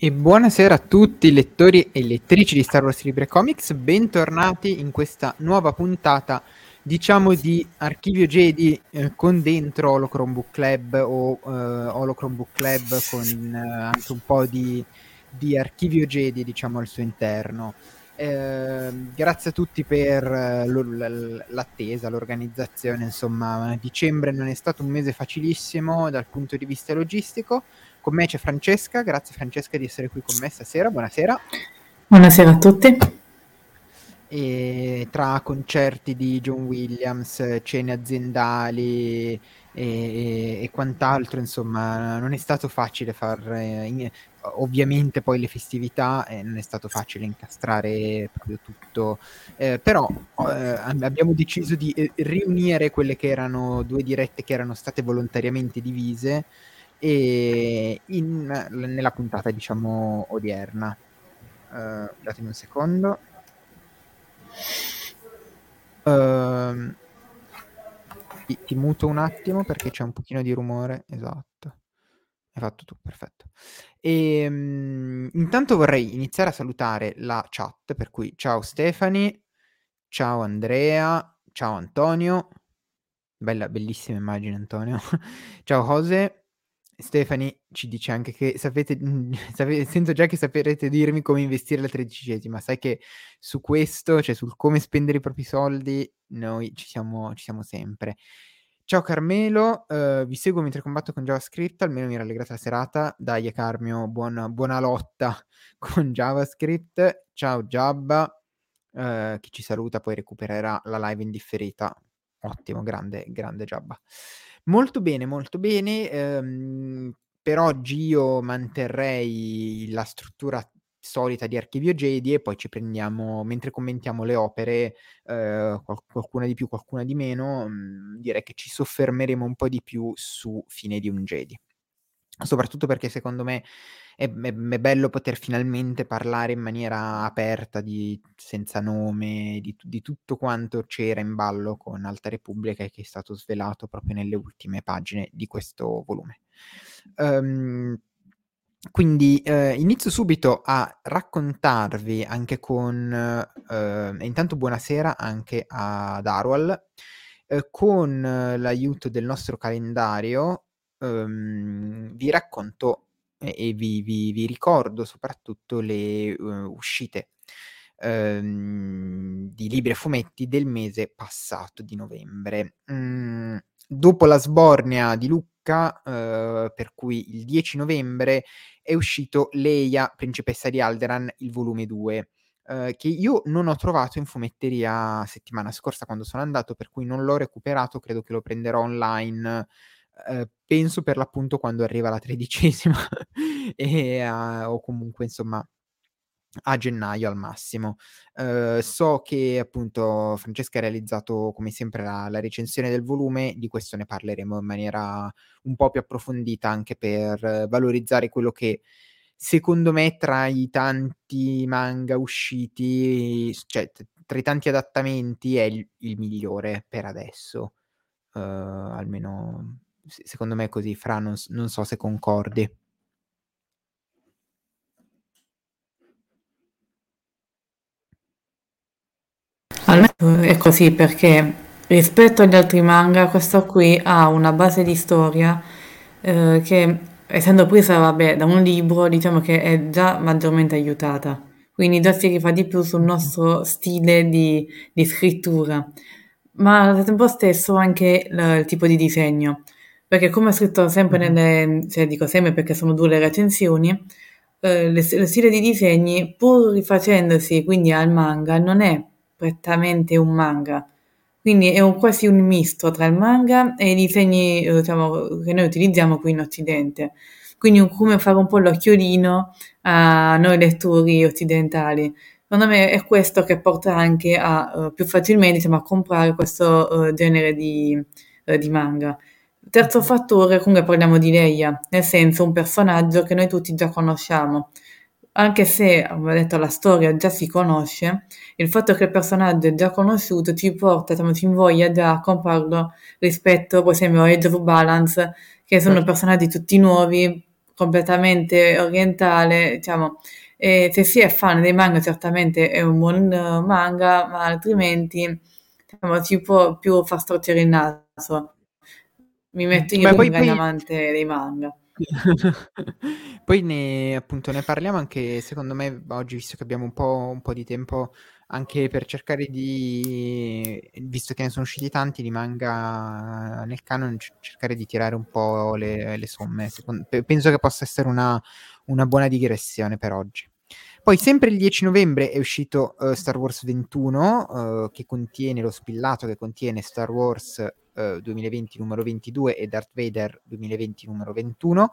E buonasera a tutti lettori e lettrici di Star Wars Libre Comics, bentornati in questa nuova puntata, diciamo di Archivio Jedi con dentro Holo Chromebook Club o Holo Chromebook Club con anche un po' di Archivio Jedi, diciamo, al suo interno. Grazie a tutti per l'attesa, l'organizzazione, insomma, dicembre non è stato un mese facilissimo dal punto di vista logistico. Con me c'è Francesca, grazie Francesca di essere qui con me stasera, buonasera. Buonasera a tutti. E tra concerti di John Williams, cene aziendali e quant'altro, insomma, non è stato facile ovviamente poi le festività, non è stato facile incastrare proprio tutto, però abbiamo deciso di riunire quelle che erano due dirette che erano state volontariamente divise nella puntata, diciamo, odierna. Datemi un secondo. Ti muto un attimo perché c'è un pochino di rumore. Esatto. Hai fatto tu, perfetto. Intanto vorrei iniziare a salutare la chat, per cui ciao Stefani, ciao Andrea, ciao Antonio. Bellissima immagine, Antonio. Ciao Jose. Stefani ci dice anche che sento già che saprete dirmi come investire la 13ª. Sai che su questo, cioè sul come spendere i propri soldi, noi ci siamo sempre. Ciao Carmelo, vi seguo mentre combatto con JavaScript, almeno mi rallegrate la serata. Dai Carmio, buona lotta con JavaScript. Ciao Giabba, che ci saluta, poi recupererà la live in differita. Ottimo, grande Giabba. Molto bene, molto bene. Per oggi io manterrei la struttura solita di Archivio Jedi e poi ci prendiamo, mentre commentiamo le opere, qualcuna di più, qualcuna di meno, direi che ci soffermeremo un po' di più su Fine di un Jedi. Soprattutto perché secondo me è bello poter finalmente parlare in maniera aperta, senza nome, di tutto quanto c'era in ballo con Alta Repubblica e che è stato svelato proprio nelle ultime pagine di questo volume. Quindi inizio subito a raccontarvi anche intanto buonasera anche ad Arwal, con l'aiuto del nostro calendario. Vi racconto e vi ricordo soprattutto le uscite di libri e fumetti del mese passato di novembre. Dopo la sbornia di Lucca, per cui il 10 novembre è uscito Leia, principessa di Alderaan, il volume 2. Che io non ho trovato in fumetteria settimana scorsa quando sono andato, per cui non l'ho recuperato, credo che lo prenderò online, penso per l'appunto quando arriva la 13ª o comunque insomma a gennaio al massimo. So che appunto Francesca ha realizzato come sempre la recensione del volume, di questo ne parleremo in maniera un po' più approfondita anche per valorizzare quello che secondo me tra i tanti manga usciti, cioè tra i tanti adattamenti è il migliore per adesso. Almeno secondo me è così. Fra, non so se concordi. Almeno è così perché rispetto agli altri manga, questo qui ha una base di storia che, essendo presa, vabbè, da un libro, diciamo che è già maggiormente aiutata. Quindi già si rifà di più sul nostro stile di scrittura, ma al tempo stesso anche il tipo di disegno. Perché come ho scritto sempre cioè dico sempre perché sono due le recensioni, lo stile di disegni, pur rifacendosi quindi al manga, non è prettamente un manga. Quindi è quasi un misto tra il manga e i disegni, diciamo, che noi utilizziamo qui in Occidente. Quindi come fare un po' l'occhiolino a noi lettori occidentali. Secondo me è questo che porta anche a più facilmente, diciamo, a comprare questo genere di manga. Terzo fattore, comunque parliamo di Leia, nel senso un personaggio che noi tutti già conosciamo. Anche se, come ho detto, la storia già si conosce, il fatto che il personaggio è già conosciuto ci porta, diciamo, ci invoglia già a comprarlo rispetto, per esempio, a Age of Balance, che sono Certo. personaggi tutti nuovi, completamente orientale, diciamo, se si è fan dei manga certamente è un buon manga, ma altrimenti diciamo, ci può più far storcere il naso. Mi metto io Beh, come poi, grande poi amante dei manga. poi appunto, ne parliamo anche, secondo me, oggi, visto che abbiamo un po' di tempo, anche per cercare visto che ne sono usciti tanti di manga nel canon, cercare di tirare un po' le somme. Penso che possa essere una buona digressione per oggi. Poi, sempre il 10 novembre è uscito Star Wars 21, che contiene lo spillato che contiene Star Wars 2020 numero 22 e Darth Vader 2020 numero 21,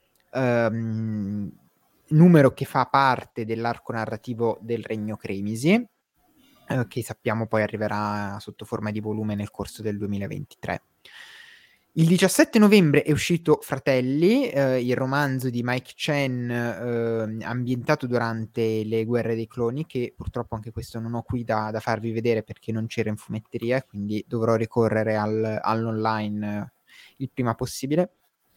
numero che fa parte dell'arco narrativo del Regno Cremisi, che sappiamo poi arriverà sotto forma di volume nel corso del 2023. Il 17 novembre è uscito Fratelli, il romanzo di Mike Chen, ambientato durante le guerre dei cloni, che purtroppo anche questo non ho qui da farvi vedere perché non c'era in fumetteria, quindi dovrò ricorrere all'online il prima possibile.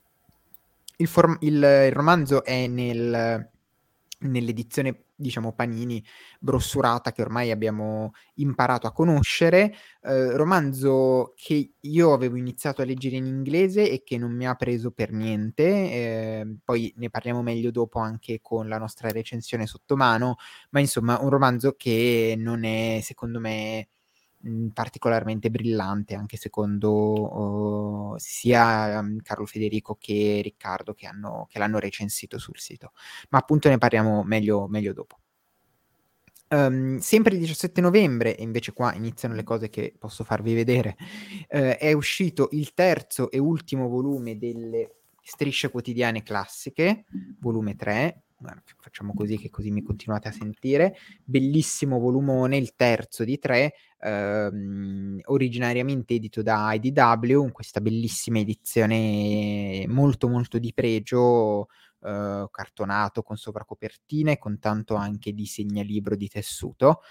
Il romanzo è nell'edizione, diciamo, Panini brossurata, che ormai abbiamo imparato a conoscere, romanzo che io avevo iniziato a leggere in inglese e che non mi ha preso per niente, poi ne parliamo meglio dopo anche con la nostra recensione sotto mano, ma insomma un romanzo che non è, secondo me, particolarmente brillante, anche secondo sia Carlo Federico che Riccardo, che l'hanno recensito sul sito, ma appunto ne parliamo meglio dopo. Sempre il 17 novembre, e invece qua iniziano le cose che posso farvi vedere, è uscito il terzo e ultimo volume delle Strisce Quotidiane Classiche, volume 3. Guarda, facciamo così, che così mi continuate a sentire. Bellissimo volumone, il terzo di 3, originariamente edito da IDW, in questa bellissima edizione molto molto di pregio, cartonato con sovracopertine, con tanto anche di segnalibro di tessuto.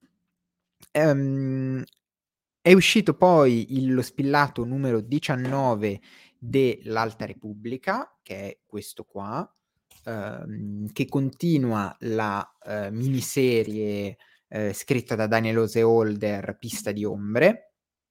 È uscito poi lo spillato numero 19 dell'Alta Repubblica, che è questo qua, che continua la miniserie scritta da Daniel Oseholder, Pista di Ombre.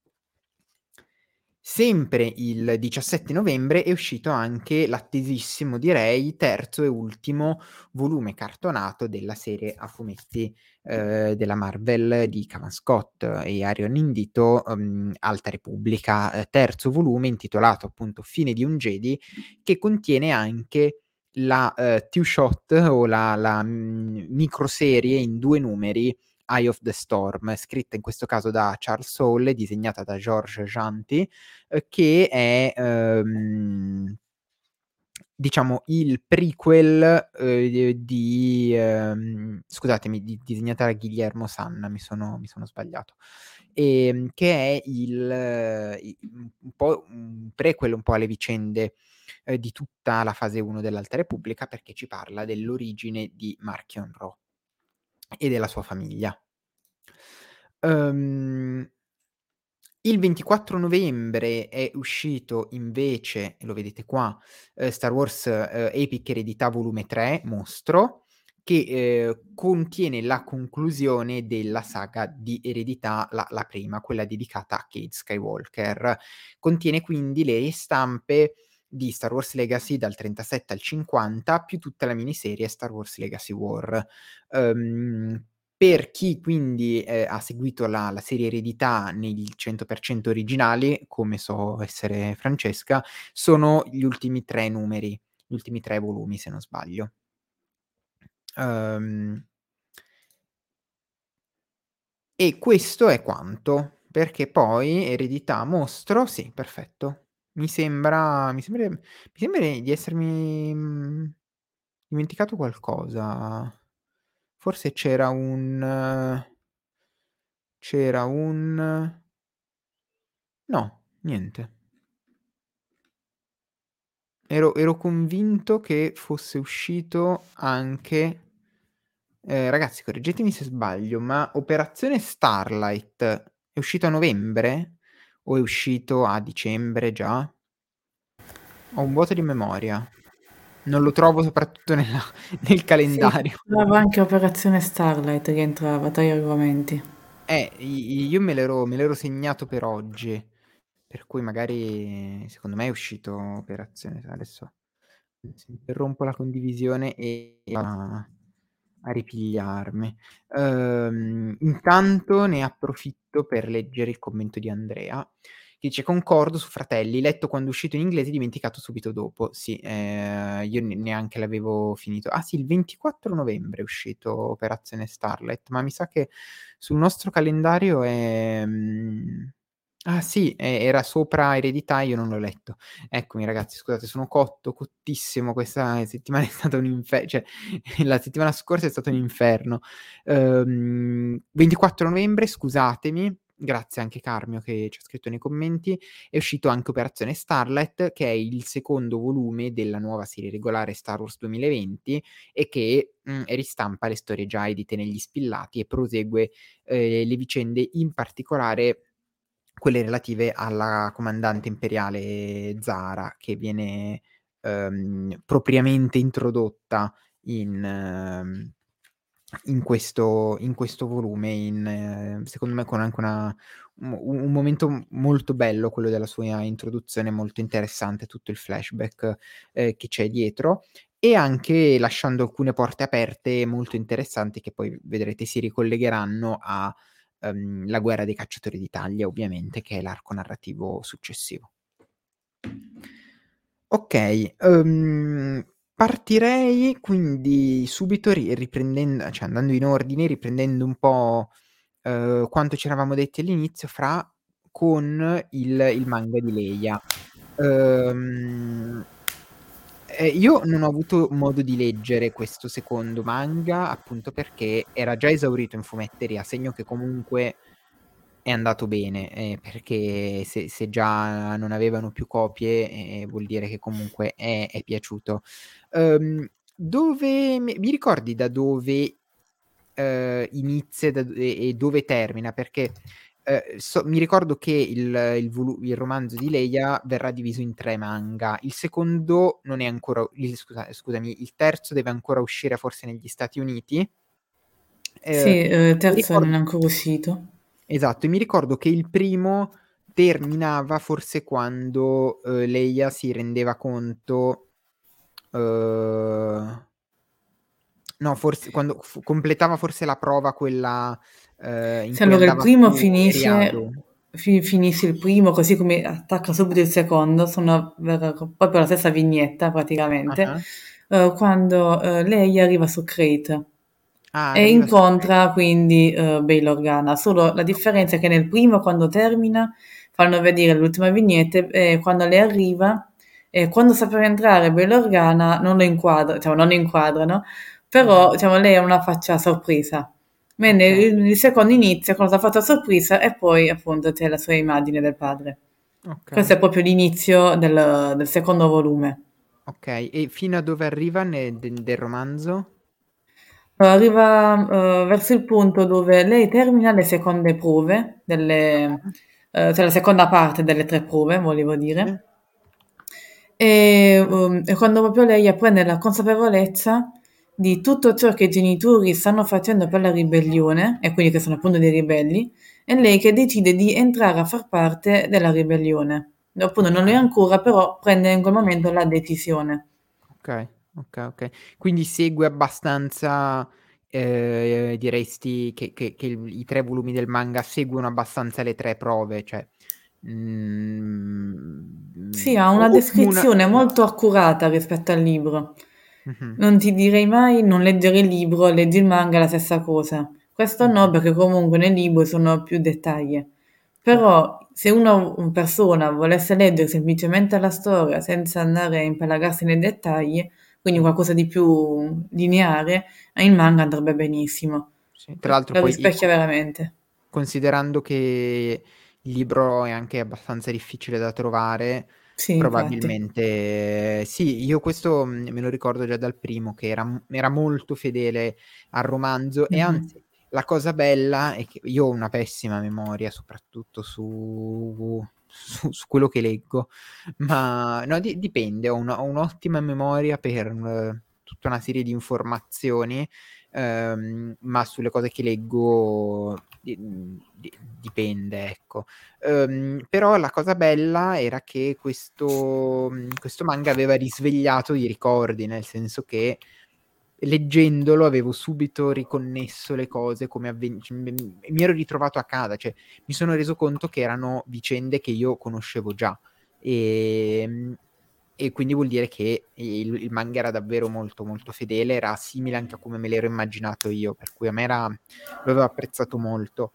Sempre il 17 novembre è uscito anche l'attesissimo, direi, terzo e ultimo volume cartonato della serie a fumetti della Marvel di Cavan Scott e Arion Indito, Alta Repubblica, terzo volume intitolato appunto Fine di un Jedi, che contiene anche la two-shot o la microserie in 2 numeri, Eye of the Storm, scritta in questo caso da Charles Soule e disegnata da Georges Jeanty, che è diciamo il prequel disegnata da Guillermo Sanna, mi sono sbagliato, che è un po' un prequel un po' alle vicende di tutta la fase 1 dell'Alta Repubblica, perché ci parla dell'origine di Marchion Ro e della sua famiglia. Il 24 novembre è uscito invece, e lo vedete qua, Star Wars Epic Eredità volume 3, Mostro, che contiene la conclusione della saga di Eredità, la prima, quella dedicata a Cade Skywalker. Contiene quindi le ristampe di Star Wars Legacy dal 37 al 50, più tutta la miniserie Star Wars Legacy War. Per chi quindi ha seguito la serie Eredità nei 100% originali, come so essere Francesca, sono gli ultimi 3 numeri, gli ultimi 3 volumi, se non sbaglio. E questo è quanto, perché poi Eredità Mostro, sì, perfetto. Mi sembra di essermi dimenticato qualcosa. Forse c'era un no, niente. Ero convinto che fosse uscito anche ragazzi, correggetemi se sbaglio, ma Operazione Starlight è uscito a novembre o è uscito a dicembre già? Ho un vuoto di memoria. Non lo trovo soprattutto nel Sì, calendario. sembrava anche Operazione Starlight rientrava tra gli argomenti. Io me l'ero segnato per oggi, per cui magari secondo me è uscito Operazione. Adesso interrompo la condivisione e a ripigliarmi. Intanto ne approfitto per leggere il commento di Andrea, che dice: "Concordo su Fratelli, letto quando è uscito in inglese, dimenticato subito dopo". Sì, io neanche l'avevo finito. Ah sì, il 24 novembre è uscito Operazione Starlet, ma mi sa che sul nostro calendario ah sì, era sopra Eredità e io non l'ho letto. Eccomi ragazzi, scusate, sono cottissimo, questa settimana è stata cioè la settimana scorsa è stato un inferno. 24 novembre, scusatemi, grazie anche Carmio che ci ha scritto nei commenti, è uscito anche Operazione Starlet, che è il secondo volume della nuova serie regolare Star Wars 2020 e che ristampa le storie già edite negli spillati e prosegue le vicende, in particolare quelle relative alla comandante imperiale Zara, che viene propriamente introdotta in questo volume, secondo me con anche un momento molto bello, quello della sua introduzione, molto interessante, tutto il flashback che c'è dietro, e anche lasciando alcune porte aperte molto interessanti che poi vedrete si ricollegheranno a la guerra dei cacciatori d'Italia, ovviamente, che è l'arco narrativo successivo. Okay, partirei quindi subito cioè andando in ordine, riprendendo un po', quanto ci eravamo detti all'inizio con il manga di Leia. Uhm io non ho avuto modo di leggere questo secondo manga, appunto perché era già esaurito in fumetteria, segno che comunque è andato bene, perché se già non avevano più copie, vuol dire che comunque è piaciuto. Dove mi ricordi da dove inizia e dove termina? Perché, mi ricordo che il romanzo di Leia verrà diviso in 3 manga. Il secondo non è ancora scusami, il terzo deve ancora uscire forse negli Stati Uniti. Sì, Mi terzo non ricordo è ancora uscito. esatto, e mi ricordo che il primo terminava forse quando, Leia si rendeva conto, uhm no, forse quando completava forse la prova quella, in Sì, cui allora il andava primo su Eriado. finisce il primo, così come attacca subito il secondo, sono proprio la stessa vignetta praticamente, Ah-ah. quando lei arriva su Crate Ah, e arriva su incontra quindi Bail Organa. Solo la differenza è che nel primo, quando termina, fanno vedere l'ultima vignetta e quando lei arriva, e quando sta per entrare Bail Organa non lo inquadra, diciamo, non lo inquadrano, però Mh-mh. diciamo, lei ha una faccia sorpresa. Mentre Okay, il secondo inizia con la faccia sorpresa e poi appunto c'è la sua immagine del padre. Questo okay, è proprio l'inizio del secondo volume. okay. E fino a dove arriva del romanzo? Arriva verso il punto dove lei termina le seconde prove, Ah-ah. cioè la seconda parte delle tre prove, volevo Sì. dire. E quando proprio lei apprende la consapevolezza di tutto ciò che i genitori stanno facendo per la ribellione, e quindi che sono appunto dei ribelli, è lei che decide di entrare a far parte della ribellione. Appunto non lo è Okay, ancora, però prende in quel momento la decisione. okay, okay. Quindi segue abbastanza, diresti che i 3 volumi del manga seguono abbastanza le 3 prove, cioè, Sì, ha una o come una descrizione molto accurata rispetto al libro. mh-mh, Non ti direi mai non leggere il libro, leggi il manga, è la stessa cosa. Questo no, mh-mh, perché comunque nel libro sono più dettagli. certo, Però se una persona volesse leggere semplicemente la storia senza andare a impelagarsi nei dettagli, quindi sì, qualcosa di più lineare, il manga andrebbe benissimo. sì. Tra l'altro Lo poi rispecchia veramente. considerando che il libro è anche abbastanza difficile da trovare, Sì, infatti. probabilmente sì, io questo, me lo ricordo già dal primo che era molto fedele al romanzo e Mhm. anzi la cosa bella è che io ho una pessima memoria, soprattutto su su quello che leggo, ma no, dipende, ho un'ottima memoria per tutta una serie di informazioni, ma sulle cose che leggo dipende, ecco. Però la cosa bella era che questo manga aveva risvegliato i ricordi, nel senso che leggendolo avevo subito riconnesso le cose come mi ero ritrovato a casa, cioè mi sono reso conto che erano vicende che io conoscevo già e quindi vuol dire che il manga era davvero molto molto fedele, era simile anche a come me l'ero immaginato io, per cui a me lo avevo apprezzato molto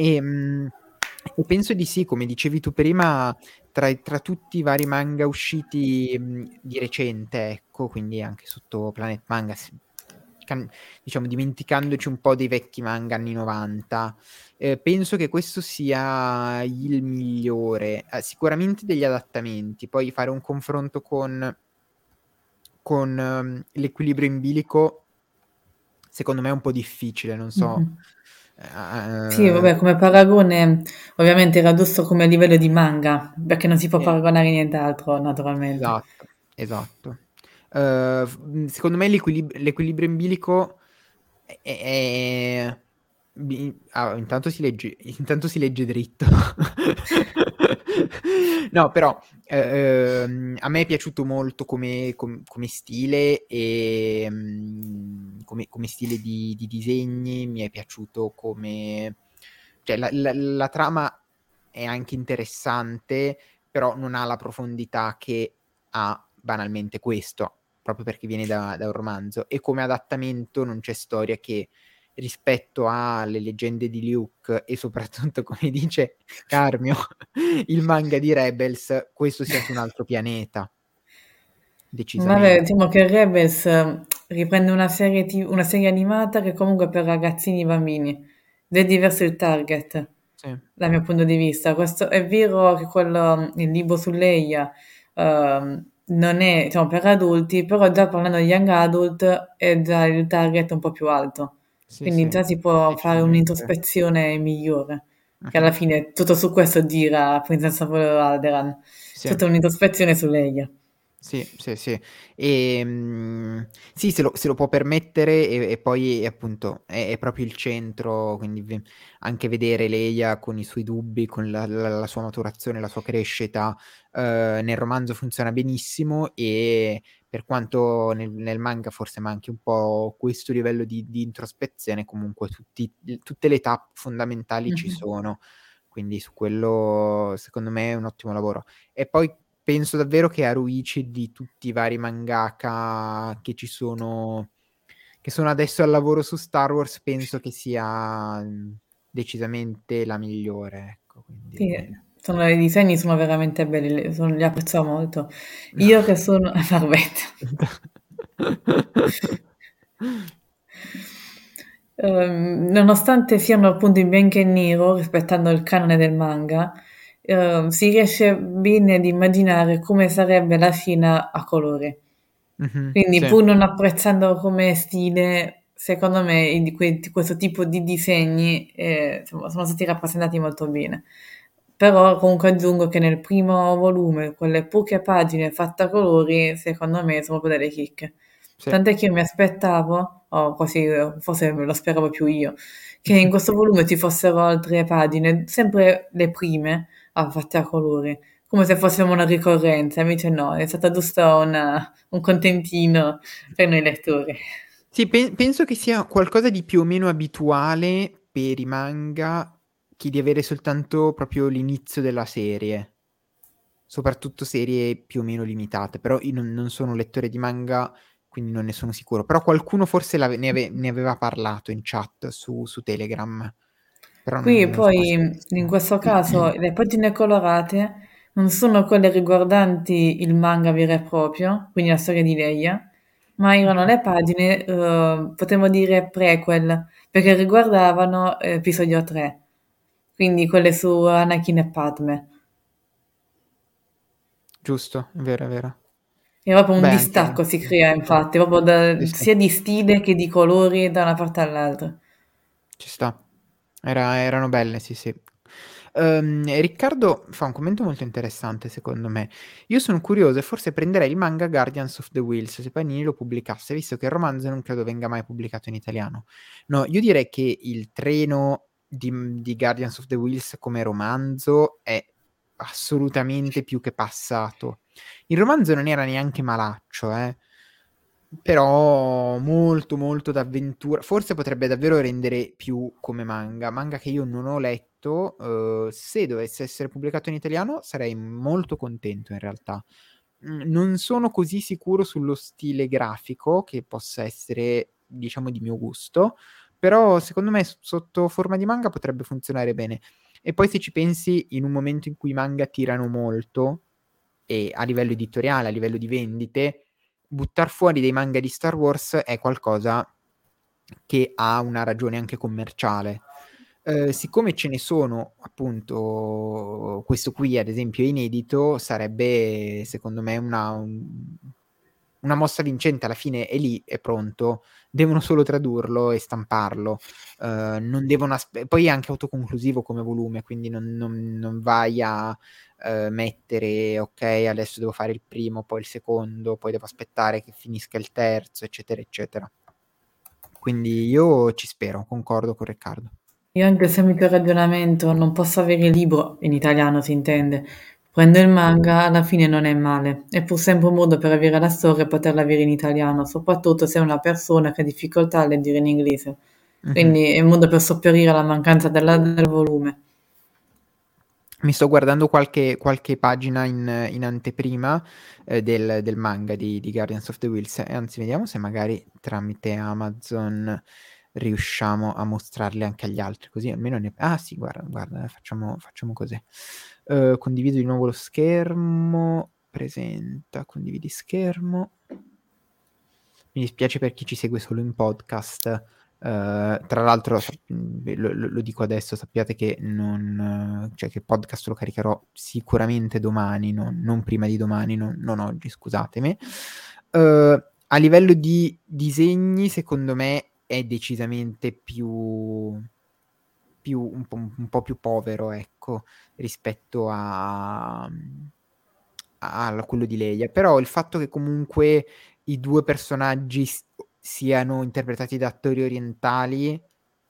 e penso di sì, come dicevi tu prima, tra tutti i vari manga usciti di recente, ecco, quindi anche sotto Planet Manga, diciamo dimenticandoci un po' dei vecchi manga anni 90, penso che questo sia il migliore. Sicuramente degli adattamenti, poi fare un confronto con l'equilibrio in bilico, secondo me è un po' difficile, non so. Mhm. Sì, vabbè, come paragone, ovviamente era giusto come livello di manga, perché non si può Sì. paragonare nient'altro, naturalmente. Esatto, esatto. Secondo me l'equilibrio in bilico intanto si legge dritto. No, però a me è piaciuto molto come stile e come stile di disegni, mi è piaciuto come... Cioè, la trama è anche interessante, però non ha la profondità che ha banalmente questo, proprio perché viene da un romanzo. E come adattamento non c'è storia che rispetto alle leggende di Luke e soprattutto, come dice Carmio, il manga di Rebels, questo sia su un altro pianeta, Vabbè, decisamente. diciamo che Rebels riprende una serie animata che comunque è per ragazzini e bambini, ed è diverso il target, Sì, dal mio punto di vista. Questo, è vero che il libro su Leia non è, diciamo, per adulti, però già parlando di young adult è già il target un po' più alto, sì, quindi sì, già si può fare decisamente. un'introspezione migliore, che alla Mhm. fine tutto su questo gira Princess of Alderaan, Sì. tutta un'introspezione su Leia. Sì, sì, sì. Sì, se lo può permettere e poi appunto è proprio il centro, quindi anche vedere Leia con i suoi dubbi, con la sua maturazione, la sua crescita, nel romanzo funziona benissimo e per quanto nel manga forse manchi un po' questo livello di introspezione, comunque tutte le tappe fondamentali ci Mhm. sono, quindi su quello secondo me è un ottimo lavoro. E poi penso davvero che Haruichi di tutti i vari mangaka che sono adesso al lavoro su Star Wars, penso che sia decisamente la migliore, ecco, Sì, quindi... i disegni sono veramente belli, li apprezzo molto. Io che sono... Perfetto. Nonostante siano appunto in bianco e nero, rispettando il canone del manga, si riesce bene ad immaginare come sarebbe la scena a colori. Mhm, Quindi, sì, pur non apprezzando come stile, secondo me questo tipo di disegni insomma, sono stati rappresentati molto bene. Però comunque aggiungo che nel primo volume, quelle poche pagine fatte a colori, secondo me sono proprio delle chicche. sì. Tant'è che io mi aspettavo, o quasi forse me lo speravo più io, che in questo volume ci fossero altre pagine, sempre le prime, fatte a colori, come se fossimo una ricorrenza. Invece no, è stata giusto un contentino per noi lettori. Sì, penso che sia qualcosa di più o meno abituale per i manga che di avere soltanto proprio l'inizio della serie, soprattutto serie più o meno limitate, però io non sono un lettore di manga, quindi non ne sono sicuro. Però qualcuno forse ne aveva parlato in chat su Telegram, però Qui non so poi, se in fosse... questo caso, le pagine colorate non sono quelle riguardanti il manga vero e proprio, quindi la storia di Leia, ma erano le pagine, potremmo dire prequel, perché riguardavano episodio 3, quindi quelle su Anakin e Padme. Giusto, è vero, è vero. Era proprio un Beh, anche... distacco si Sì, crea, infatti, proprio sì, sì, sia di stile che di colori da una parte all'altra. ci sta. Erano belle, sì, sì. Riccardo fa un commento molto interessante secondo me. Io sono curioso e forse prenderei il manga Guardians of the Wheels se Panini lo pubblicasse, visto che il romanzo non credo venga mai pubblicato in italiano. No, io direi che il treno di Guardians of the Wheels come romanzo è assolutamente più che passato. Il romanzo non era neanche malaccio, però molto molto d'avventura. Forse potrebbe davvero rendere più come manga che io non ho letto. Se dovesse essere pubblicato in italiano sarei molto contento in realtà. Non sono così sicuro sullo stile grafico che possa essere, diciamo, di mio gusto, però secondo me sotto forma di manga potrebbe funzionare bene. E poi se ci pensi, in un momento in cui i manga tirano molto, e a livello editoriale, a livello di vendite, buttar fuori dei manga di Star Wars è qualcosa che ha una ragione anche commerciale. Siccome ce ne sono, appunto, questo qui ad esempio è inedito, sarebbe secondo me una mossa vincente. Alla fine è lì, è pronto, devono solo tradurlo e stamparlo. Non devono poi è anche autoconclusivo come volume, quindi non vai a mettere ok, adesso devo fare il primo, poi il secondo, poi devo aspettare che finisca il terzo, eccetera, eccetera. Quindi io ci spero, concordo con Riccardo. Io anche se mi il ragionamento non posso avere il libro, in italiano si intende, prendo il manga, alla fine non è male. È pur sempre un modo per avere la storia e poterla avere in italiano, soprattutto se è una persona che ha difficoltà a leggere in inglese. Mhm. Quindi è un modo per sopperire alla mancanza del volume. Mi sto guardando qualche pagina in anteprima del manga di Guardians of the Wheels. E anzi, vediamo se magari tramite Amazon riusciamo a mostrarle anche agli altri, così almeno ne... Ah sì, guarda, facciamo così. Condivido di nuovo lo schermo, presenta, condividi schermo. Mi dispiace per chi ci segue solo in podcast. Tra l'altro, lo dico adesso, sappiate che cioè che podcast lo caricherò sicuramente domani, non prima di domani, non oggi, scusatemi. A livello di disegni, secondo me è decisamente un po' più povero, ecco, rispetto a quello di Leia. Però il fatto che comunque i due personaggi siano interpretati da attori orientali,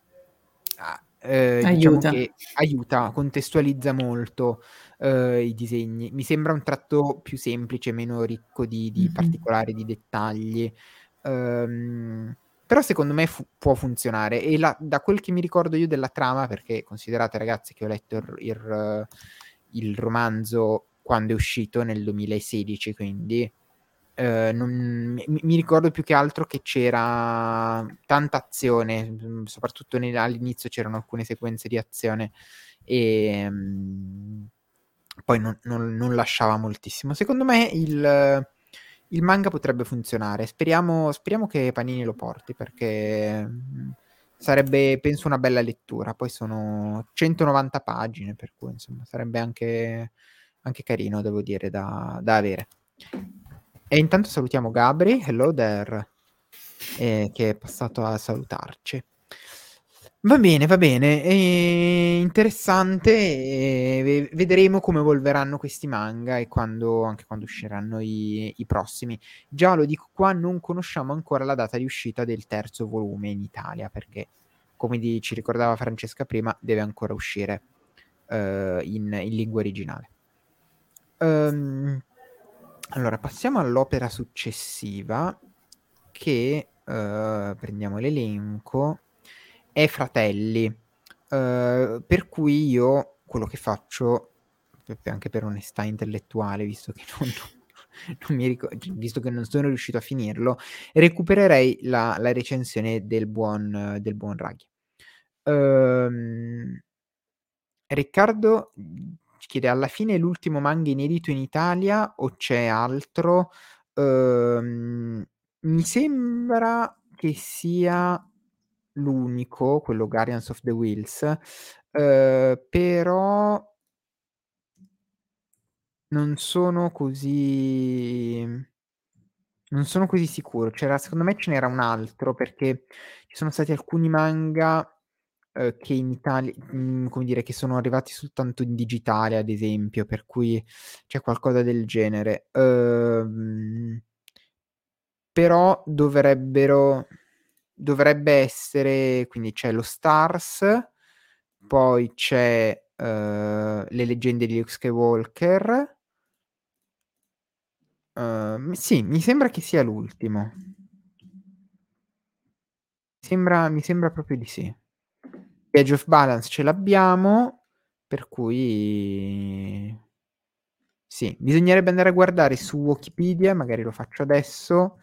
diciamo Aiuta. che aiuta, contestualizza molto i disegni. Mi sembra un tratto più semplice, meno ricco di Mhm. particolari, di dettagli. Però secondo me può funzionare. E da quel che mi ricordo io della trama, perché considerate ragazzi che ho letto il romanzo quando è uscito nel 2016, quindi mi ricordo più che altro che c'era tanta azione, soprattutto all'inizio c'erano alcune sequenze di azione e poi non lasciava moltissimo. Secondo me il manga potrebbe funzionare. Speriamo che Panini lo porti perché sarebbe, penso, una bella lettura. Poi sono 190 pagine, per cui insomma sarebbe anche carino, devo dire, da avere. E intanto salutiamo Gabri, hello there, che è passato a salutarci. Va bene, è interessante. Vedremo come evolveranno questi manga e anche quando usciranno i prossimi. Già lo dico qua, non conosciamo ancora la data di uscita del terzo volume in Italia, perché, come ci ricordava Francesca prima, deve ancora uscire in lingua originale. Allora, passiamo all'opera successiva, che prendiamo l'elenco, è Fratelli. Per cui io quello che faccio, anche per onestà intellettuale, visto che non mi visto che non sono riuscito a finirlo, recupererei la recensione del buon Raghi. Ehm, Riccardo ci chiede: alla fine è l'ultimo manga inedito in Italia o c'è altro? Mi sembra che sia l'unico, quello Guardians of the Wheels, però non sono così non sono così sicuro. Secondo me ce n'era un altro, perché ci sono stati alcuni manga che in Italia, come dire, che sono arrivati soltanto in digitale, ad esempio, per cui c'è qualcosa del genere. Però dovrebbe essere, quindi c'è lo Stars, poi c'è Le leggende di Luke Skywalker. Sì, mi sembra che sia l'ultimo. Mi sembra proprio di sì. Edge of Balance ce l'abbiamo, per cui sì, bisognerebbe andare a guardare su Wikipedia, magari lo faccio adesso,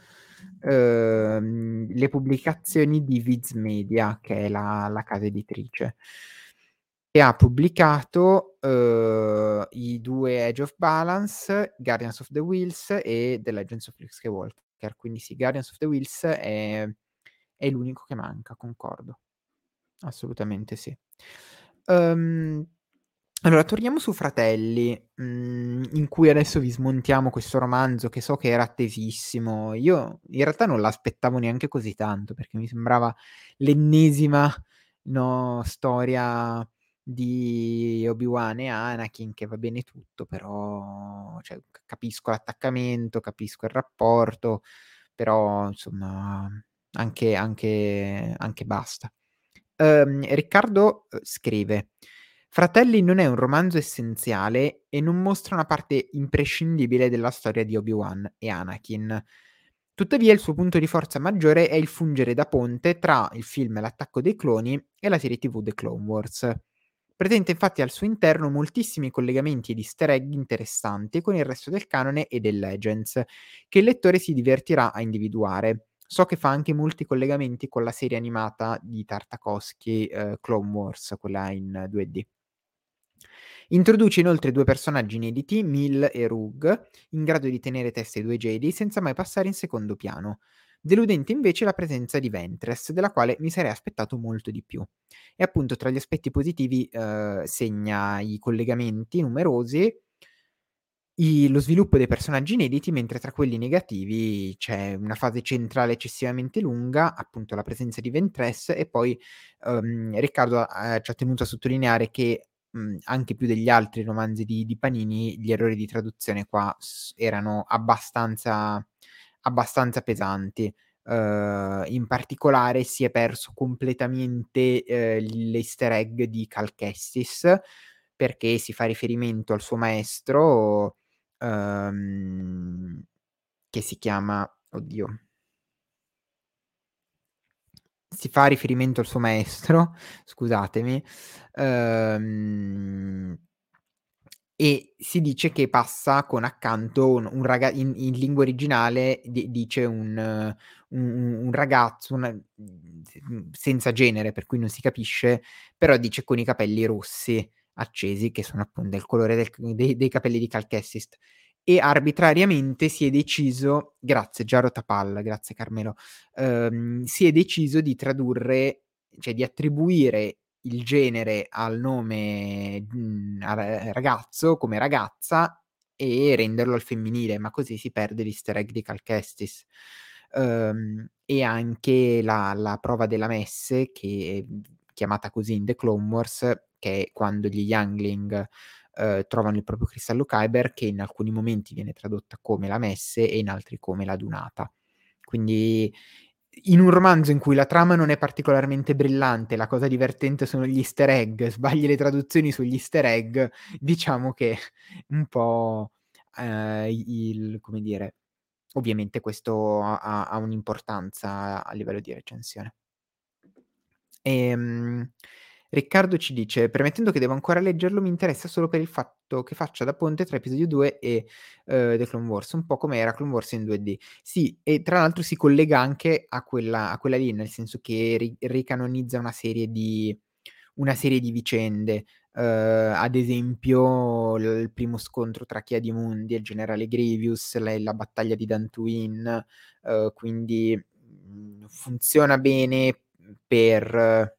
le pubblicazioni di Viz Media, che è la casa editrice, che ha pubblicato i 2 Edge of Balance, Guardians of the Whills e The Legends of Luke Skywalker. Quindi sì, Guardians of the Whills è l'unico che manca, concordo. Assolutamente sì. Allora torniamo su Fratelli, in cui adesso vi smontiamo questo romanzo che so che era attesissimo. Io in realtà non l'aspettavo neanche così tanto, perché mi sembrava l'ennesima, no, storia di Obi-Wan e Anakin, che va bene tutto, però cioè, capisco l'attaccamento, capisco il rapporto, però insomma anche basta. Riccardo scrive: Fratelli non è un romanzo essenziale e non mostra una parte imprescindibile della storia di Obi-Wan e Anakin. Tuttavia il suo punto di forza maggiore è il fungere da ponte tra il film L'attacco dei cloni e la serie TV The Clone Wars. Presenta infatti al suo interno moltissimi collegamenti ed easter egg interessanti con il resto del canone e del Legends, che il lettore si divertirà a individuare. So che fa anche molti collegamenti con la serie animata di Tartakovsky, Clone Wars, quella in 2D. Introduce inoltre 2 personaggi inediti, Mil e Rug, in grado di tenere testa ai 2 Jedi senza mai passare in secondo piano. Deludente invece la presenza di Ventress, della quale mi sarei aspettato molto di più. E appunto tra gli aspetti positivi segna i collegamenti numerosi, lo sviluppo dei personaggi inediti, mentre tra quelli negativi c'è una fase centrale eccessivamente lunga, appunto la presenza di Ventress, e poi Riccardo ci ha tenuto a sottolineare che anche più degli altri romanzi di Panini, gli errori di traduzione qua erano abbastanza pesanti. In particolare si è perso completamente l'easter egg di Cal Kestis, perché si fa riferimento al suo maestro, che si chiama, oddio, si fa riferimento al suo maestro, scusatemi, e si dice che passa con accanto un raga in lingua originale dice un ragazzo, senza genere, per cui non si capisce, però dice con i capelli rossi accesi, che sono appunto il colore dei capelli di Cal Kestis. E arbitrariamente si è deciso, grazie Giaro Tapal, grazie Carmelo, si è deciso di tradurre, cioè di attribuire il genere al nome ragazzo come ragazza e renderlo al femminile, ma così si perde l'easter egg di Cal Kestis. E anche la prova della messe, che è chiamata così in The Clone Wars, che è quando gli Youngling trovano il proprio cristallo Kyber, che in alcuni momenti viene tradotta come la messe e in altri come la dunata. Quindi in un romanzo in cui la trama non è particolarmente brillante, la cosa divertente sono gli easter egg, sbagli le traduzioni sugli easter egg, diciamo che un po' come dire, ovviamente questo ha un'importanza a livello di recensione. Riccardo ci dice: "Premettendo che devo ancora leggerlo, mi interessa solo per il fatto che faccia da ponte tra episodio 2 e The Clone Wars, un po' come era Clone Wars in 2D". Sì, e tra l'altro si collega anche a quella lì, nel senso che ricanonizza una serie di vicende. Ad esempio il primo scontro tra Ki-Adi-Mundi e il generale Grievous, la battaglia di Dantooine, quindi funziona bene per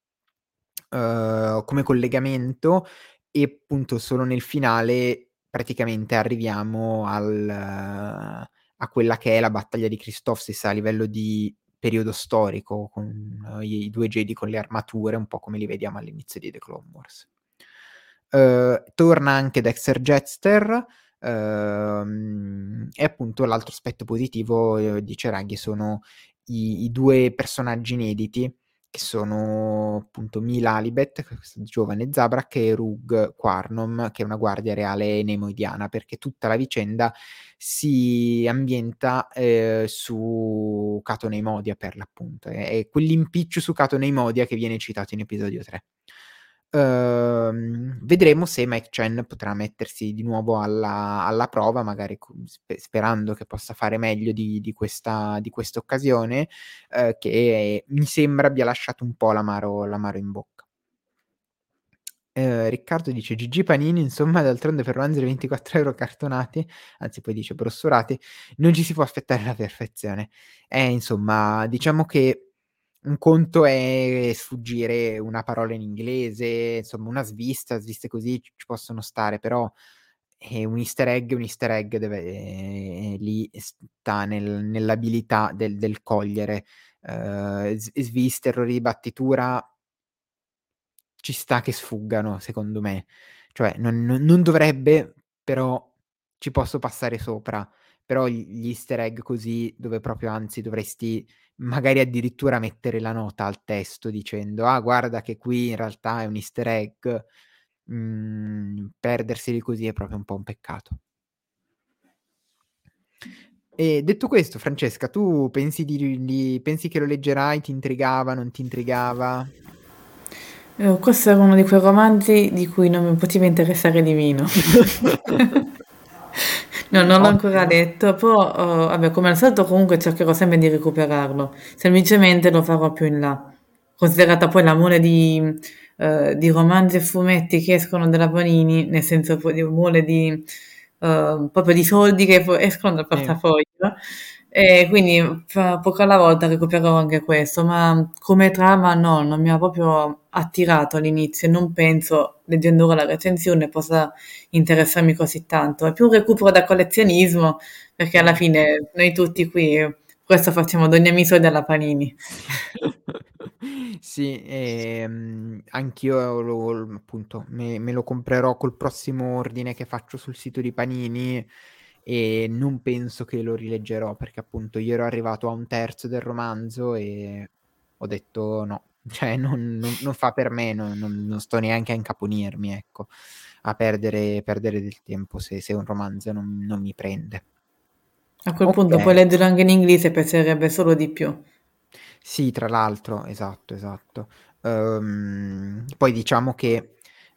come collegamento, e appunto solo nel finale praticamente arriviamo a quella che è la battaglia di Christophsis a livello di periodo storico, con i due Jedi con le armature, un po' come li vediamo all'inizio di The Clone Wars. Torna anche Dexter Jettster, e appunto l'altro aspetto positivo di Ceraghi sono i due personaggi inediti, che sono appunto Mil Alibet, questa giovane Zabrak, e Rug Quarnom, che è una guardia reale neimoidiana, perché tutta la vicenda si ambienta su Cato Neimodia, per l'appunto. È quell'impiccio su Cato Neimodia che viene citato in episodio 3. Vedremo se Mike Chen potrà mettersi di nuovo alla prova, magari sperando che possa fare meglio di questa occasione, che mi sembra abbia lasciato un po' l'amaro in bocca. Riccardo dice GG Panini, insomma, d'altronde per romanzi da 24 euro cartonati, anzi poi dice brossurati, non ci si può aspettare la perfezione. Insomma, diciamo che un conto è sfuggire una parola in inglese, insomma una sviste così ci possono stare, però un easter egg deve, lì sta nell'abilità del cogliere. Sviste, errori di battitura ci sta che sfuggano, secondo me. Cioè, non dovrebbe, però ci posso passare sopra. Però gli easter egg così, dove proprio anzi dovresti magari addirittura mettere la nota al testo dicendo ah guarda che qui in realtà è un easter egg, perderseli così è proprio un po' un peccato. E detto questo, Francesca, tu pensi pensi che lo leggerai? Ti intrigava, non ti intrigava? Questo era uno di quei romanzi di cui non mi poteva interessare di meno. No, non l'ho ancora Ottimo. letto, però vabbè, come al solito comunque cercherò sempre di recuperarlo, semplicemente lo farò più in là. Considerata poi la mole di romanzi e fumetti che escono dalla Panini, nel senso poi di mole di proprio di soldi che escono dal Sì. portafoglio, e quindi poco alla volta recupererò anche questo, ma come trama no, non mi ha proprio attirato all'inizio e non penso, leggendo ora la recensione, possa interessarmi così tanto. È più un recupero da collezionismo, perché alla Mm. fine noi tutti qui questo facciamo ad ogni episodio alla Panini. Sì, anch'io appunto me lo comprerò col prossimo ordine che faccio sul sito di Panini e non penso che lo rileggerò perché appunto io ero arrivato a un terzo del romanzo e ho detto no, cioè non fa per me, non sto neanche a incaponirmi, ecco, a perdere del tempo se un romanzo non mi prende. A quel Ok. punto puoi leggerlo anche in inglese e piacerebbe solo di più. Sì, tra l'altro, esatto. Poi diciamo che,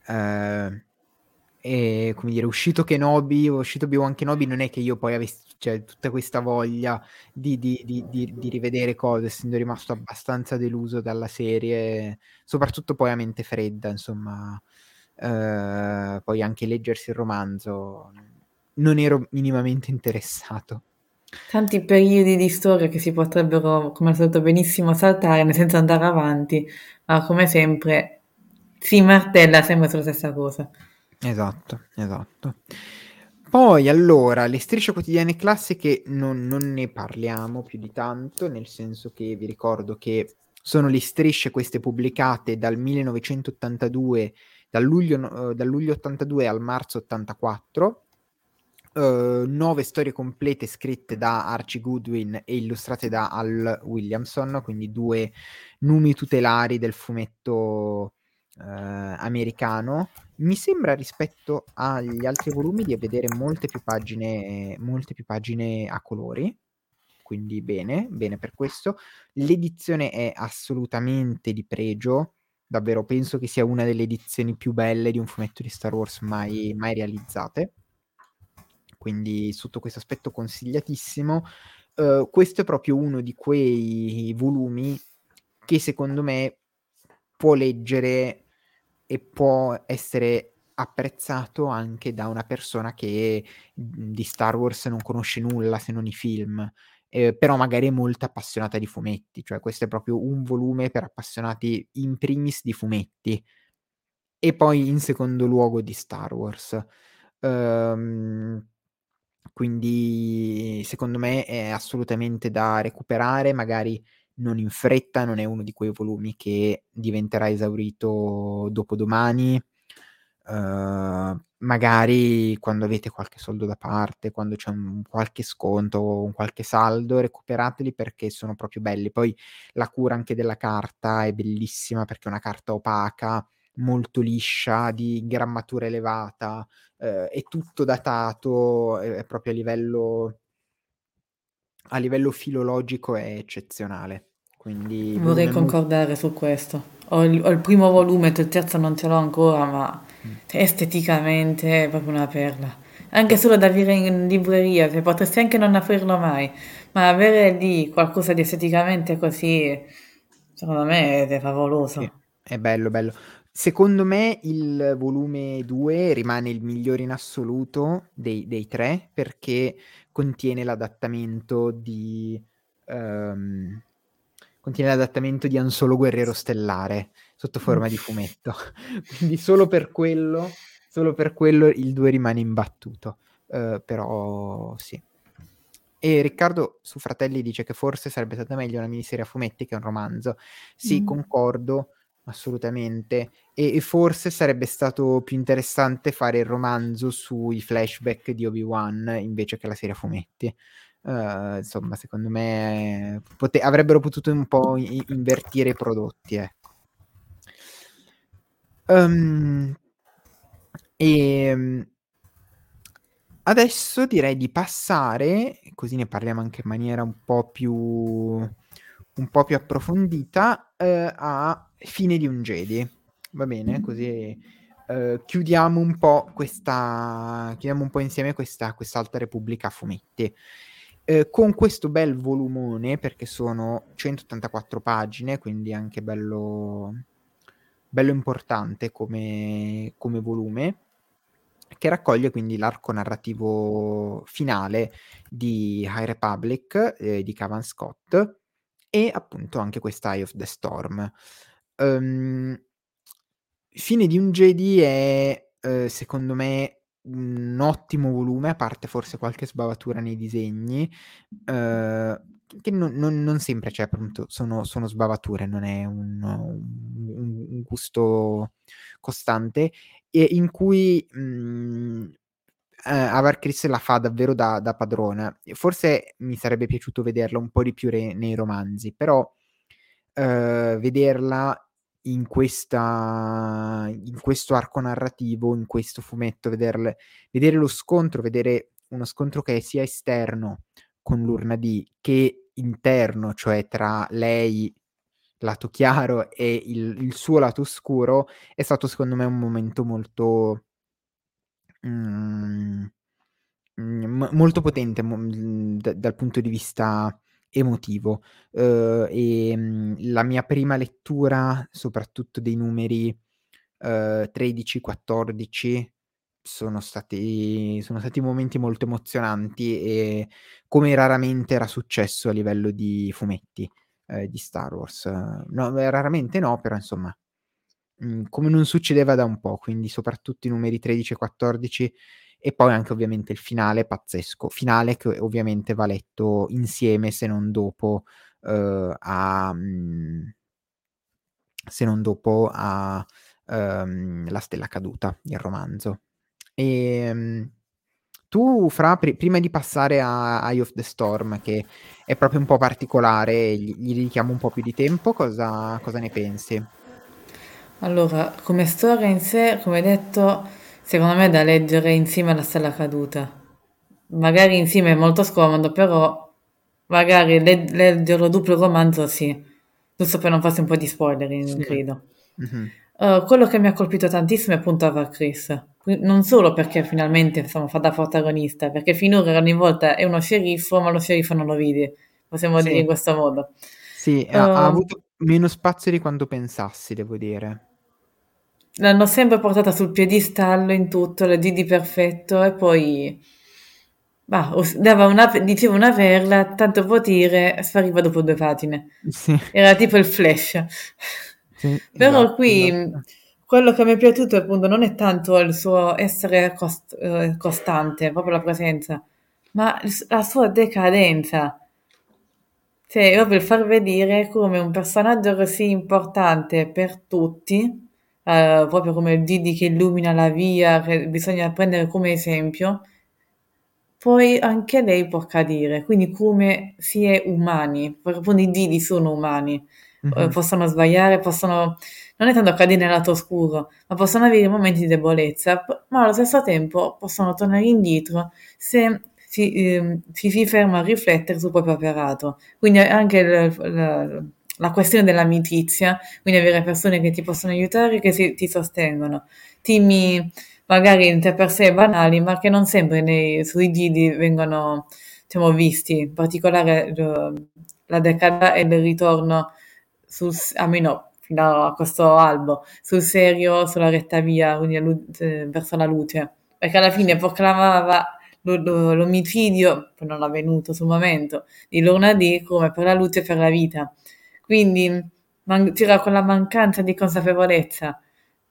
come dire, uscito Kenobi, uscito Obi-Wan Kenobi, non è che io poi avessi, cioè, tutta questa voglia di rivedere cose, essendo rimasto abbastanza deluso dalla serie, soprattutto poi a mente fredda, insomma, poi anche leggersi il romanzo, non ero minimamente interessato. Tanti periodi di storia che si potrebbero, come al solito, benissimo saltare senza andare avanti, ma come sempre si martella sempre sulla stessa cosa. Esatto. Poi allora, le strisce quotidiane classiche non ne parliamo più di tanto, nel senso che vi ricordo che sono le strisce queste pubblicate dal 1982, dal luglio 82 al marzo 84, 9 storie complete scritte da Archie Goodwin e illustrate da Al Williamson, quindi due numi tutelari del fumetto americano. Mi sembra rispetto agli altri volumi di vedere molte più pagine a colori, quindi bene per questo. L'edizione è assolutamente di pregio, davvero penso che sia una delle edizioni più belle di un fumetto di Star Wars mai realizzate, quindi sotto questo aspetto consigliatissimo. Questo è proprio uno di quei volumi che secondo me può leggere e può essere apprezzato anche da una persona che di Star Wars non conosce nulla se non i film, però magari è molto appassionata di fumetti, cioè questo è proprio un volume per appassionati in primis di fumetti e poi in secondo luogo di Star Wars. Ehm, quindi secondo me è assolutamente da recuperare, magari non in fretta, non è uno di quei volumi che diventerà esaurito dopodomani. Magari quando avete qualche soldo da parte, quando c'è un qualche sconto o un qualche saldo, recuperateli perché sono proprio belli. Poi la cura anche della carta è bellissima perché è una carta opaca, molto liscia, di grammatura elevata, è tutto datato, è proprio a livello filologico è eccezionale. Quindi Vorrei volume molto. concordare su questo. Ho il primo volume, il terzo non ce l'ho ancora, ma Mh. esteticamente è proprio una perla. Anche Sì, solo da avere in libreria, cioè potresti anche non aprirlo mai, ma avere lì qualcosa di esteticamente così, secondo me è sì, favoloso. è bello, bello. Secondo me il volume 2 rimane il migliore in assoluto dei 3 perché contiene l'adattamento di ehm, contiene l'adattamento di Han Solo Guerriero Stellare sotto Mm. forma di fumetto. Quindi solo per quello il 2 rimane imbattuto. Però sì. E Riccardo su Fratelli dice che forse sarebbe stata meglio una miniserie a fumetti che un romanzo. Sì, Mm. concordo assolutamente. E forse sarebbe stato più interessante fare il romanzo sui flashback di Obi-Wan invece che la serie a fumetti. Insomma, secondo me avrebbero potuto un po' invertire i prodotti, ecco. Um, e adesso direi di passare, così ne parliamo anche in maniera un po' più approfondita, a Fine di un Jedi. Va bene? Così chiudiamo un po' insieme questa Alta Repubblica a fumetti. Con questo bel volumone, perché sono 184 pagine, quindi anche bello importante come volume, che raccoglie quindi l'arco narrativo finale di High Republic, di Cavan Scott, e appunto anche questa Eye of the Storm. Ehm, Fine di un Jedi è, secondo me, un ottimo volume, a parte forse qualche sbavatura nei disegni, che non sempre, cioè appunto sono sbavature, non è un gusto costante, e in cui Avar Kriss la fa davvero da padrona. Forse mi sarebbe piaciuto vederla un po' di più nei romanzi, però vederla in questo arco narrativo, in questo fumetto, vedere lo scontro, vedere uno scontro che è sia esterno con l'Urna D che interno, cioè tra lei, lato chiaro, e il suo lato oscuro, è stato secondo me un momento molto Mhmm, molto potente, dal punto di vista emotivo. La mia prima lettura, soprattutto dei numeri, 13, 14, sono stati momenti molto emozionanti e come raramente era successo a livello di fumetti, di Star Wars. No, raramente no, però insomma, come non succedeva da un po', quindi soprattutto i numeri 13 e 14 e poi anche ovviamente il finale pazzesco. Finale che ovviamente va letto insieme, se non dopo a La Stella Caduta, il romanzo. Ehm, Tu Fra, prima di passare a Eye of the Storm, che è proprio un po' particolare, gli dedichiamo un po' più di tempo, cosa ne pensi? Allora, come storia in sé, come detto, secondo me è da leggere insieme alla Stella Caduta. Magari insieme è molto scomodo, però magari leggerlo doppio romanzo sì, giusto per non farsi un po' di spoiler, Sì. credo. Mh-mh. Quello che mi ha colpito tantissimo è appunto Ava Chris. Non solo perché finalmente insomma, fa da protagonista, perché finora ogni volta è uno sceriffo, ma lo sceriffo non lo vedi, possiamo dire Sì, in questo modo. sì, ha Eh, avuto meno spazio di quanto pensassi, devo dire. L'hanno sempre portata sul piedistallo in tutto, la Didi perfetto, e poi bah, diceva una perla, tanto può dire, spariva dopo 2 pagine. Sì, Era tipo il Flash. sì, Però esatto, qui esatto. quello che mi è piaciuto appunto non è tanto il suo essere costante, proprio la presenza, ma la sua decadenza. Cioè, proprio per far vedere come un personaggio così importante per tutti, proprio come il Didi che illumina la via, che bisogna prendere come esempio, poi anche lei può cadere, quindi come si è umani, perché appunto i Didi sono umani, Mh-mh. possono sbagliare, possono, non è tanto cadere nel lato oscuro, ma possono avere momenti di debolezza, ma allo stesso tempo possono tornare indietro se si ferma a riflettere sul proprio operato. Quindi anche la questione dell'amicizia, quindi avere persone che ti possono aiutare, che ti sostengono. Timi magari in sé per sé banali, ma che non sempre sui Gidi vengono, diciamo, visti, in particolare la decada e il ritorno almeno fino a questo albo, sul serio, sulla retta via, quindi verso la luce, perché alla fine Sì. proclamava l'omicidio, poi non è avvenuto sul momento, di Lorna D come per la luce e per la vita. Quindi c'era quella mancanza di consapevolezza.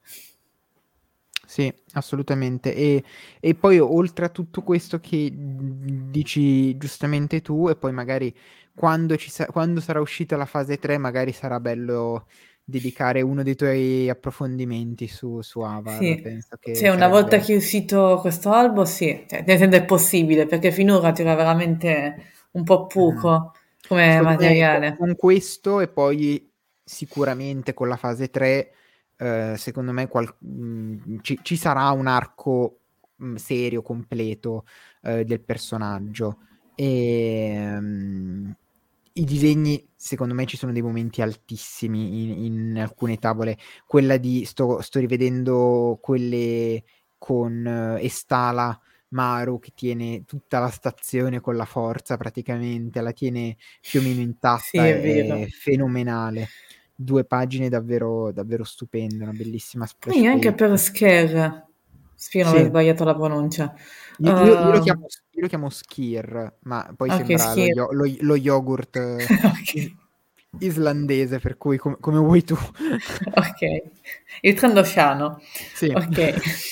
Sì, assolutamente. E poi oltre a tutto questo che dici giustamente tu, e poi magari quando sarà uscita la fase 3, magari sarà bello dedicare uno dei tuoi approfondimenti su Avar. Sì, Penso che cioè una volta sarebbe... che è uscito questo albo, sì, cioè, nel senso è possibile, perché finora c'era veramente un po' Mhm. poco come Secondo me materiale. con questo e poi sicuramente con la fase 3, secondo me ci sarà un arco serio, completo del personaggio. E i disegni, secondo me, ci sono dei momenti altissimi in alcune tavole. Quella sto rivedendo quelle con Estala Maru che tiene tutta la stazione con la forza praticamente, la tiene più o meno Sì, intatta, è è vero. fenomenale. 2 pagine davvero davvero stupende, una bellissima splash Quindi anche page. per Scare, spero non aver Sì, sbagliato la pronuncia. io lo chiamo Skyr, ma poi Ok, sembra Schir. lo yogurt is Ok, islandese, per cui come vuoi tu. ok. Il Trandosciano. Sì. Ok.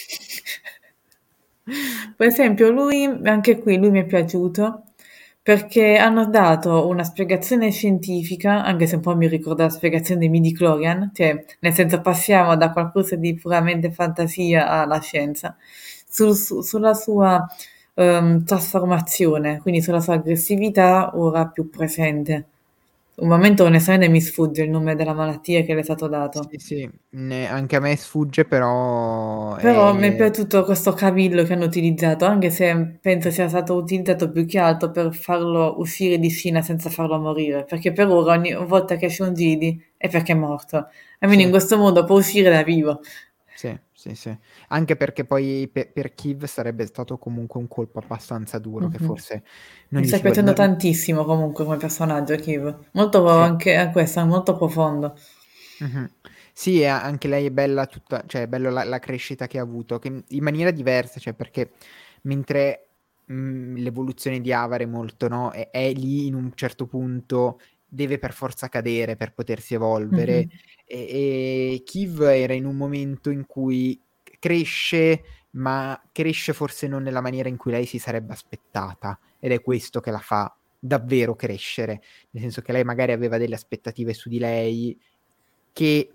Per esempio, anche qui, lui mi è piaciuto perché hanno dato una spiegazione scientifica, anche se un po' mi ricorda la spiegazione dei midi-chlorian, cioè nel senso passiamo da qualcosa di puramente fantasia alla scienza, sulla sua trasformazione, quindi sulla sua aggressività ora più presente. Un momento onestamente mi sfugge il nome della malattia che le è stato dato. Sì, sì, anche a me sfugge, però Però mi è piaciuto questo cavillo che hanno utilizzato, anche se penso sia stato utilizzato più che altro per farlo uscire di scena senza farlo morire, perché per ora ogni volta che esce un Gidi è perché è morto. Almeno in sì. questo modo può uscire da vivo. Sì, sì, sì. Anche perché poi per Kiev sarebbe stato comunque un colpo abbastanza duro che Mhm. forse non Mi gli sta si vuole... piacendo tantissimo comunque come personaggio Kiv. Molto Sì. anche questo, è molto profondo. Mhm. Sì, e anche lei è bella tutta, cioè è bello la crescita che ha avuto, che in maniera diversa, cioè perché mentre l'evoluzione di Avar è molto, no? È lì in un certo punto, deve per forza cadere per potersi evolvere, Mhm. e Kiv era in un momento in cui cresce, ma cresce forse non nella maniera in cui lei si sarebbe aspettata, ed è questo che la fa davvero crescere, nel senso che lei magari aveva delle aspettative su di lei che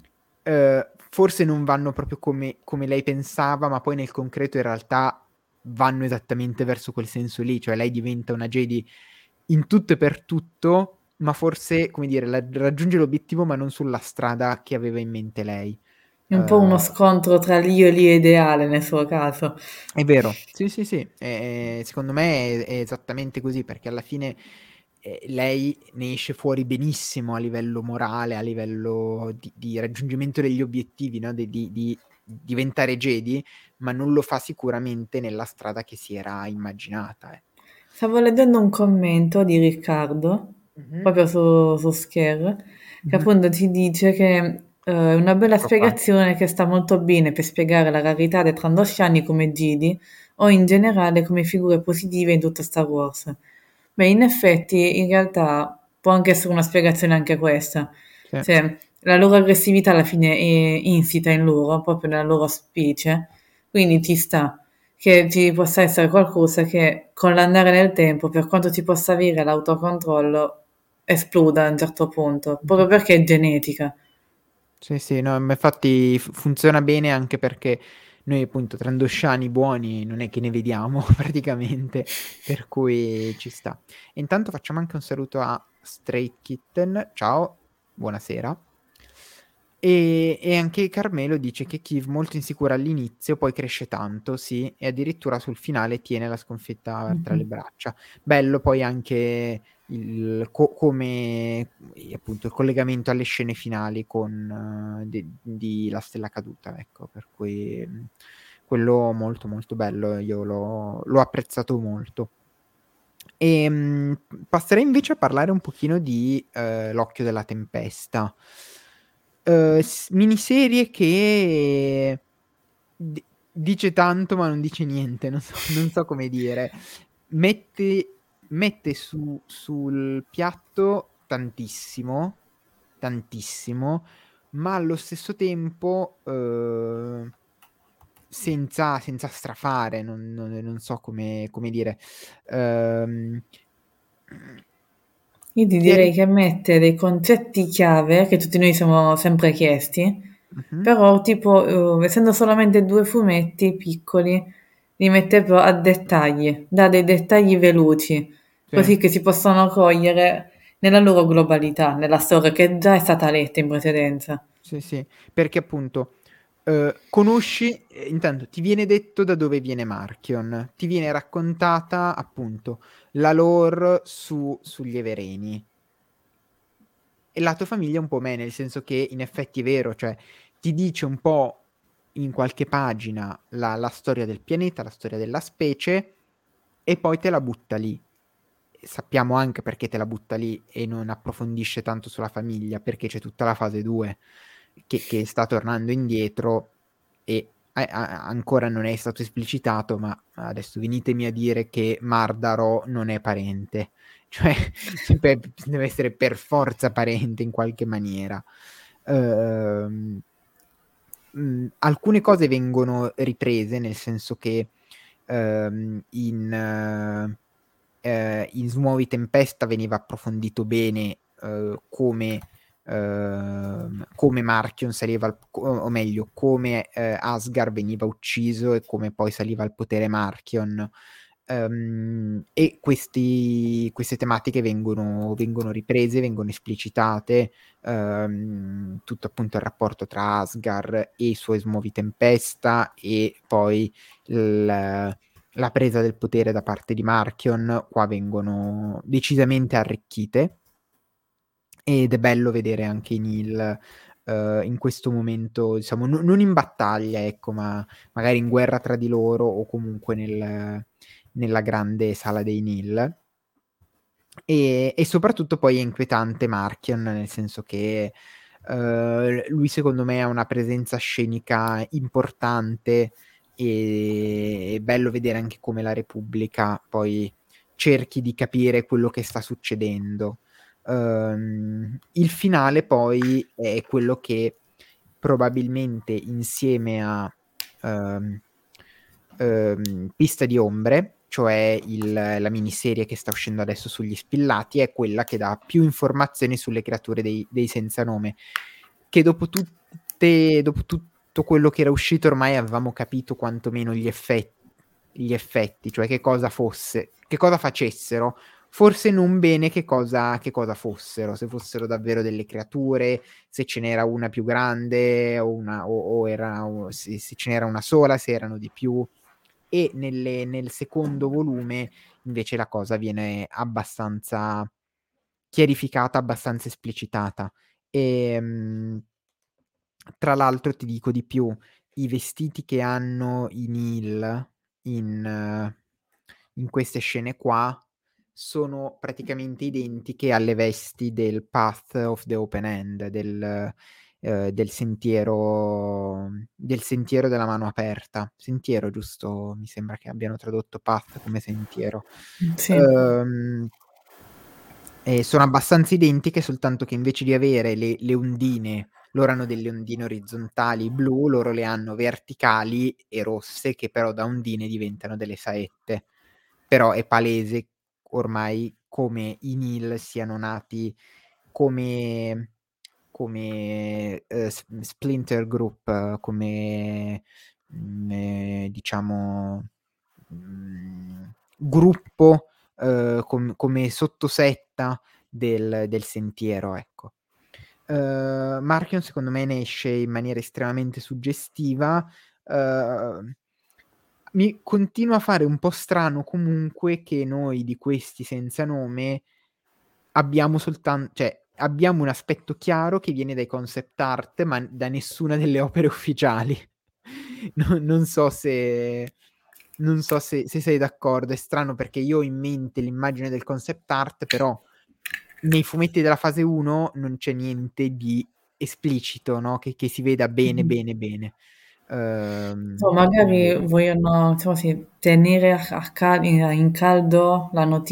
forse non vanno proprio come lei pensava, ma poi nel concreto in realtà vanno esattamente verso quel senso lì, cioè lei diventa una Jedi in tutto e per tutto, ma forse, come dire, raggiunge l'obiettivo, ma non sulla strada che aveva in mente lei. È un po' uno Uh, scontro tra l'io e l'io ideale nel suo caso. È vero, sì, sì, sì, secondo me è esattamente così, perché alla fine lei ne esce fuori benissimo a livello morale, a livello di raggiungimento degli obiettivi, no? Di diventare Jedi, ma non lo fa sicuramente nella strada che si era immaginata, ecco. Stavo leggendo un commento di Riccardo, Mhm, proprio su Scare, che mhm. appunto ci dice che è una bella Eccolo qua. spiegazione che sta molto bene per spiegare la rarità dei Trandosciani come Jedi o in generale come figure positive in tutto Star Wars. Beh, in effetti, in realtà può anche essere una spiegazione anche questa. Sì, Cioè, la loro aggressività alla fine è insita in loro, proprio nella loro specie, quindi ci sta che ci possa essere qualcosa che con l'andare del tempo, per quanto ci possa avere l'autocontrollo, esploda a un certo punto, Mhm. proprio perché è genetica. Sì, sì, no, ma infatti funziona bene anche perché noi appunto trandosciani buoni non è che ne vediamo praticamente, per cui ci sta. E intanto facciamo anche un saluto a Stray Kitten, ciao, buonasera. E anche Carmelo dice che Kiev molto insicura all'inizio, poi cresce tanto, sì, e addirittura sul finale tiene la sconfitta tra le Mhm. braccia. Bello poi anche come appunto il collegamento alle scene finali con di La Stella Caduta, ecco, per cui quello molto molto bello, io l'ho apprezzato molto. E passerei invece a parlare un pochino di L'Occhio della Tempesta. Miniserie che dice tanto ma non dice niente, non so come dire. Mette sul piatto tantissimo, tantissimo, ma allo stesso tempo senza strafare, non so come dire. Ehm, Io ti chiari- direi che mette dei concetti chiave che tutti noi siamo sempre chiesti, Mhm, però tipo, essendo solamente due fumetti piccoli, li mette però a dettagli, dà dei dettagli veloci, sì. così che si possono cogliere nella loro globalità, nella storia che già è stata letta in precedenza. Sì, sì, perché appunto conosci, intanto ti viene detto da dove viene Marchion, ti viene raccontata appunto la lore sugli Evereni e la tua famiglia un po' me, nel senso che in effetti è vero, cioè ti dice un po' in qualche pagina la storia del pianeta, la storia della specie e poi te la butta lì. Sappiamo anche perché te la butta lì e non approfondisce tanto sulla famiglia, perché c'è tutta la fase 2 che sta tornando indietro e ancora non è stato esplicitato, ma adesso venitemi a dire che Mardaro non è parente, cioè deve essere per forza parente in qualche maniera. Ehm, alcune cose vengono riprese, nel senso che in Smuovi Tempesta veniva approfondito bene come Marchion saliva o meglio, come Asgar veniva ucciso e come poi saliva al potere Marchion. E queste tematiche vengono riprese, vengono esplicitate, tutto appunto il rapporto tra Asgar e i suoi Smuovi Tempesta e poi la presa del potere da parte di Marchion, qua vengono decisamente arricchite ed è bello vedere anche i Nil in questo momento, diciamo, non in battaglia, ecco, ma magari in guerra tra di loro o comunque nella grande sala dei Nil. E soprattutto poi è inquietante Marchion, nel senso che lui secondo me ha una presenza scenica importante e è bello vedere anche come la Repubblica poi cerchi di capire quello che sta succedendo. Il finale poi è quello che probabilmente insieme a ehm, Pista di Ombre, cioè la miniserie che sta uscendo adesso sugli Spillati, è quella che dà più informazioni sulle creature dei senza nome, che dopo tutto quello che era uscito ormai avevamo capito quantomeno gli effetti, cioè che cosa fosse, che cosa facessero, forse non bene che cosa fossero, se fossero davvero delle creature, se ce n'era una più grande se ce n'era una sola, se erano di più. E nel secondo volume invece la cosa viene abbastanza chiarificata, abbastanza esplicitata. E, tra l'altro ti dico di più, i vestiti che hanno i Neil in queste scene qua sono praticamente identiche alle vesti del Path of the Open End, del sentiero della mano aperta. Sentiero, giusto? Mi sembra che abbiano tradotto Path come sentiero. Sì. Ehm, e sono abbastanza identiche, soltanto che invece di avere le ondine, loro hanno delle ondine orizzontali blu, loro le hanno verticali e rosse, che però da ondine diventano delle saette. Però è palese ormai come i Nihil siano nati come Splinter Group, come diciamo gruppo, come sottosetta del sentiero, ecco. Marchion secondo me ne esce in maniera estremamente suggestiva. Mi continua a fare un po' strano comunque che noi di questi senza nome abbiamo abbiamo un aspetto chiaro che viene dai concept art, ma da nessuna delle opere ufficiali. Non so se sei d'accordo. È strano perché io ho in mente l'immagine del concept art, però nei fumetti della fase 1 non c'è niente di esplicito, no? Che si veda bene, bene, bene. Magari Quindi vogliono, diciamo così, tenere in caldo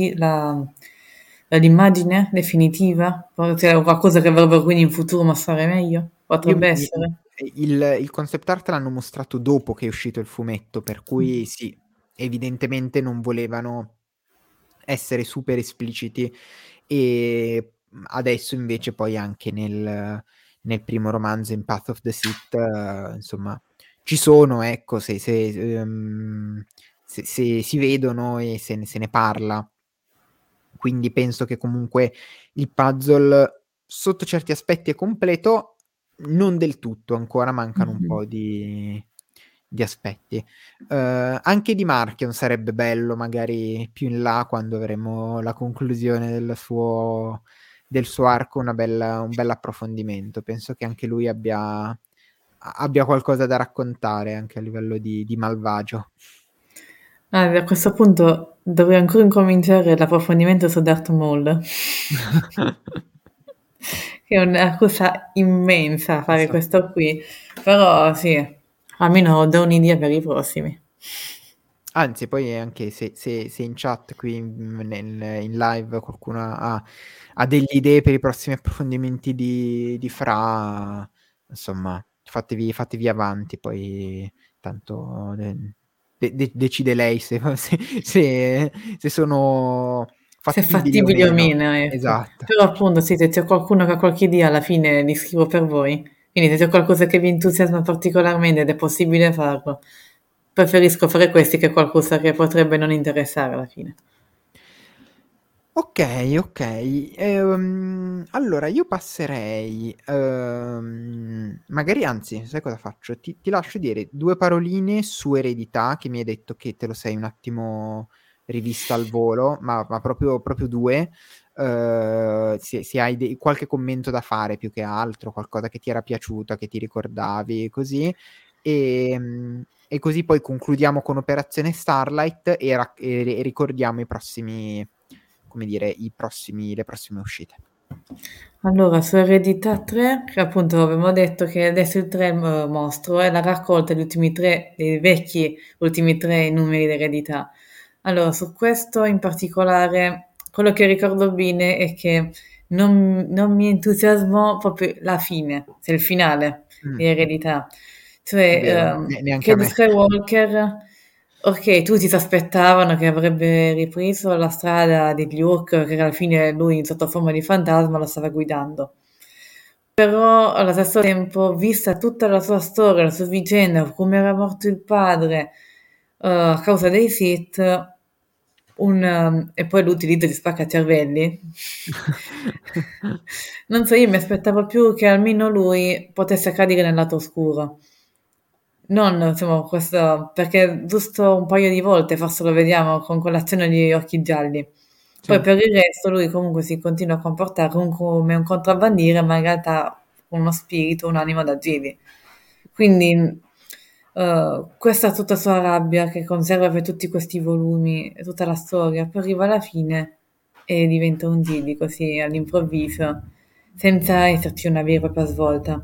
l'immagine definitiva, cioè qualcosa che avrebbero quindi in futuro mostrare meglio, io potrebbe essere. il concept art l'hanno mostrato dopo che è uscito il fumetto, per cui sì, evidentemente non volevano essere super espliciti, e adesso invece poi anche nel primo romanzo, in Path of the Sith, insomma, ci sono, ecco, se si vedono e se ne parla. Quindi penso che comunque il puzzle sotto certi aspetti è completo, non del tutto, ancora mancano un po' di aspetti. Anche di Marchion sarebbe bello, magari più in là, quando avremo la conclusione del suo arco, un bel approfondimento. Penso che anche lui abbia qualcosa da raccontare anche a livello di malvagio. A questo punto dovrei ancora incominciare l'approfondimento su Darth Maul, che è una cosa immensa fare Esatto. questo qui, però sì, almeno do un'idea per i prossimi. Anzi, poi anche se in chat qui in live qualcuno ha delle idee per i prossimi approfondimenti di Fra, insomma, fatevi avanti, poi tanto decide lei se sono Se è fattibili o fattibile o meno. meno, ecco. Esatto. Però appunto sì, se c'è qualcuno che ha qualche idea, alla fine li scrivo per voi. Quindi se c'è qualcosa che vi entusiasma particolarmente ed è possibile farlo, preferisco fare questi che qualcosa che potrebbe non interessare alla fine. Ok. Allora io passerei, magari, anzi, sai cosa faccio? Ti lascio dire due paroline su Eredità, che mi hai detto che te lo sei un attimo rivista al volo, ma proprio due. Se hai qualche commento da fare più che altro, qualcosa che ti era piaciuto, che ti ricordavi, così. E così poi concludiamo con Operazione Starlight e ricordiamo i prossimi, come dire, le prossime uscite. Allora, su Eredità 3, che appunto abbiamo detto che adesso il 3 mostro è la raccolta degli ultimi tre, dei vecchi ultimi tre numeri di Eredità. Allora, su questo in particolare, quello che ricordo bene è che non mi entusiasmò proprio la fine, cioè il finale di Eredità. È Cioè, vero, neanche che a di me. Skywalker, ok, tutti si aspettavano che avrebbe ripreso la strada di Luke, che alla fine lui sotto forma di fantasma lo stava guidando. Però allo stesso tempo, vista tutta la sua storia, la sua vicenda, come era morto il padre, a causa dei Sith, e poi l'utilizzo di spaccacervelli. Non so, io mi aspettavo più che almeno lui potesse cadere nel lato oscuro. Non, insomma, questo, perché giusto un paio di volte forse lo vediamo con quell'azione di occhi gialli. Poi Sì. per il resto lui comunque si continua a comportare come un contrabbandiere, ma in realtà con uno spirito, un'anima da Jedi. Quindi questa è tutta sua rabbia che conserva per tutti questi volumi, e tutta la storia, poi arriva alla fine e diventa un Jedi così all'improvviso, senza esserci una vera e propria svolta.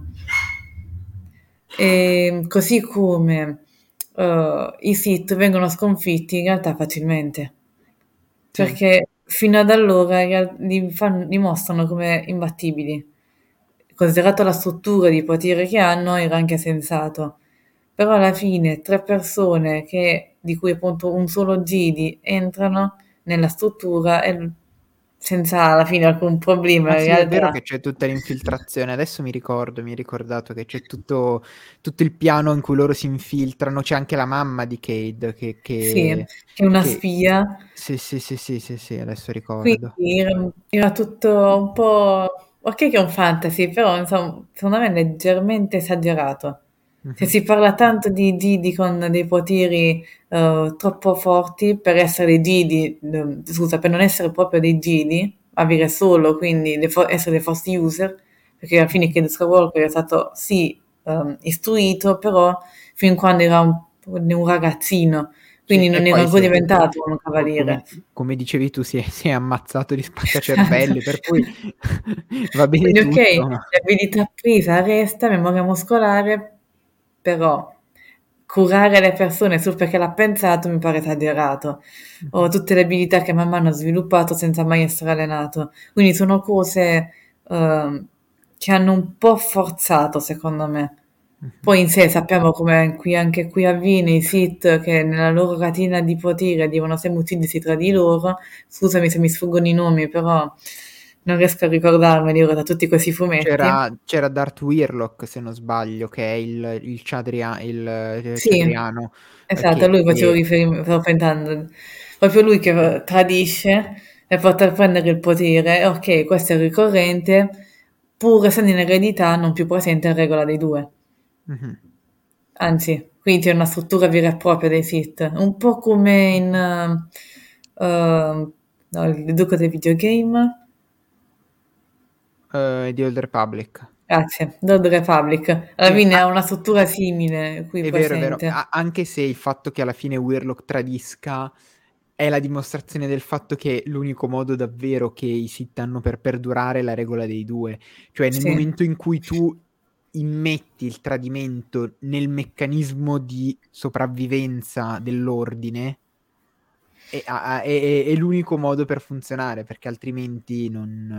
E così come i Sith vengono sconfitti in realtà facilmente, Sì. perché fino ad allora li mostrano come imbattibili. Considerato la struttura di potere che hanno, era anche sensato. Però alla fine tre persone di cui appunto un solo Jedi entrano nella struttura e senza alla fine alcun problema Ah in sì, è vero realtà. che c'è tutta l'infiltrazione. Adesso mi hai ricordato che c'è tutto il piano in cui loro si infiltrano. C'è anche la mamma di Cade Sì, che è una che... spia. Sì, sì, sì, sì, sì, sì, adesso ricordo. Quindi era tutto un po'... Ok che è un fantasy, però insomma, secondo me è leggermente esagerato. Cioè, Mhm. si parla tanto di Gidi con dei poteri troppo forti per essere dei Gidi, scusa, per non essere proprio dei Gidi, avere solo, quindi essere dei Force user, perché alla fine Mhm. Kid Skywalker è stato sì istruito, però fin quando era un ragazzino, Sì, quindi e non era poi ancora se, diventato un cavaliere. come dicevi tu, si è ammazzato di spaccacervelli, per cui va bene Quindi ok, tutto, ma... l'abilità appresa resta, memoria muscolare, però curare le persone solo perché l'ha pensato mi pare esagerato. Ho Mhm. tutte le abilità che man mano ha sviluppato senza mai essere allenato. Quindi sono cose che hanno un po' forzato, secondo me. Mhm. Poi in sé sappiamo come anche qui avviene i Sith che nella loro catena di potere devono sempre uccidersi tra di loro. Scusami se mi sfuggono i nomi, però non riesco a ricordarmeli ora da tutti questi fumetti. C'era Darth Whirlock, se non sbaglio, che è il Sì, Ciadriano, esatto, a lui facevo che riferimento, stavo pensando, proprio lui che tradisce per poter prendere il potere. Ok, questo è ricorrente, pur essendo in eredità non più presente in regola dei due. mhm. Anzi, quindi c'è una struttura vera e propria dei Sith, un po' come in no, il duca dei videogame. Di Old Republic. Grazie, The Old Republic. Alla Sì, fine ha una struttura simile qui è vero, presente. anche se il fatto che alla fine Whirlock tradisca è la dimostrazione del fatto che l'unico modo davvero che i Sith hanno per perdurare è la regola dei due. Cioè, nel Sì, momento in cui tu immetti il tradimento nel meccanismo di sopravvivenza dell'ordine, è l'unico modo per funzionare, perché altrimenti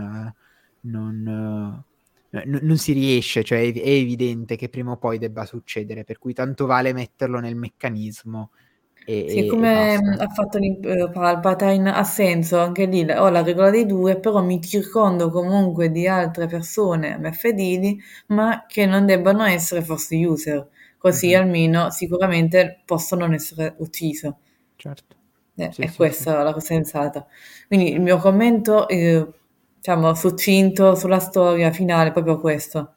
non si riesce, cioè è evidente che prima o poi debba succedere, per cui tanto vale metterlo nel meccanismo sì, e come basta. ha fatto Palpatine, ha senso anche lì, ho la regola dei due, però mi circondo comunque di altre persone a me fedeli, ma che non debbano essere force user, così Mhm, almeno sicuramente possono non essere ucciso. certo. Sì, È sì, sì. questa la cosa sensata. Quindi il mio commento, diciamo, succinto sulla storia finale è proprio questo.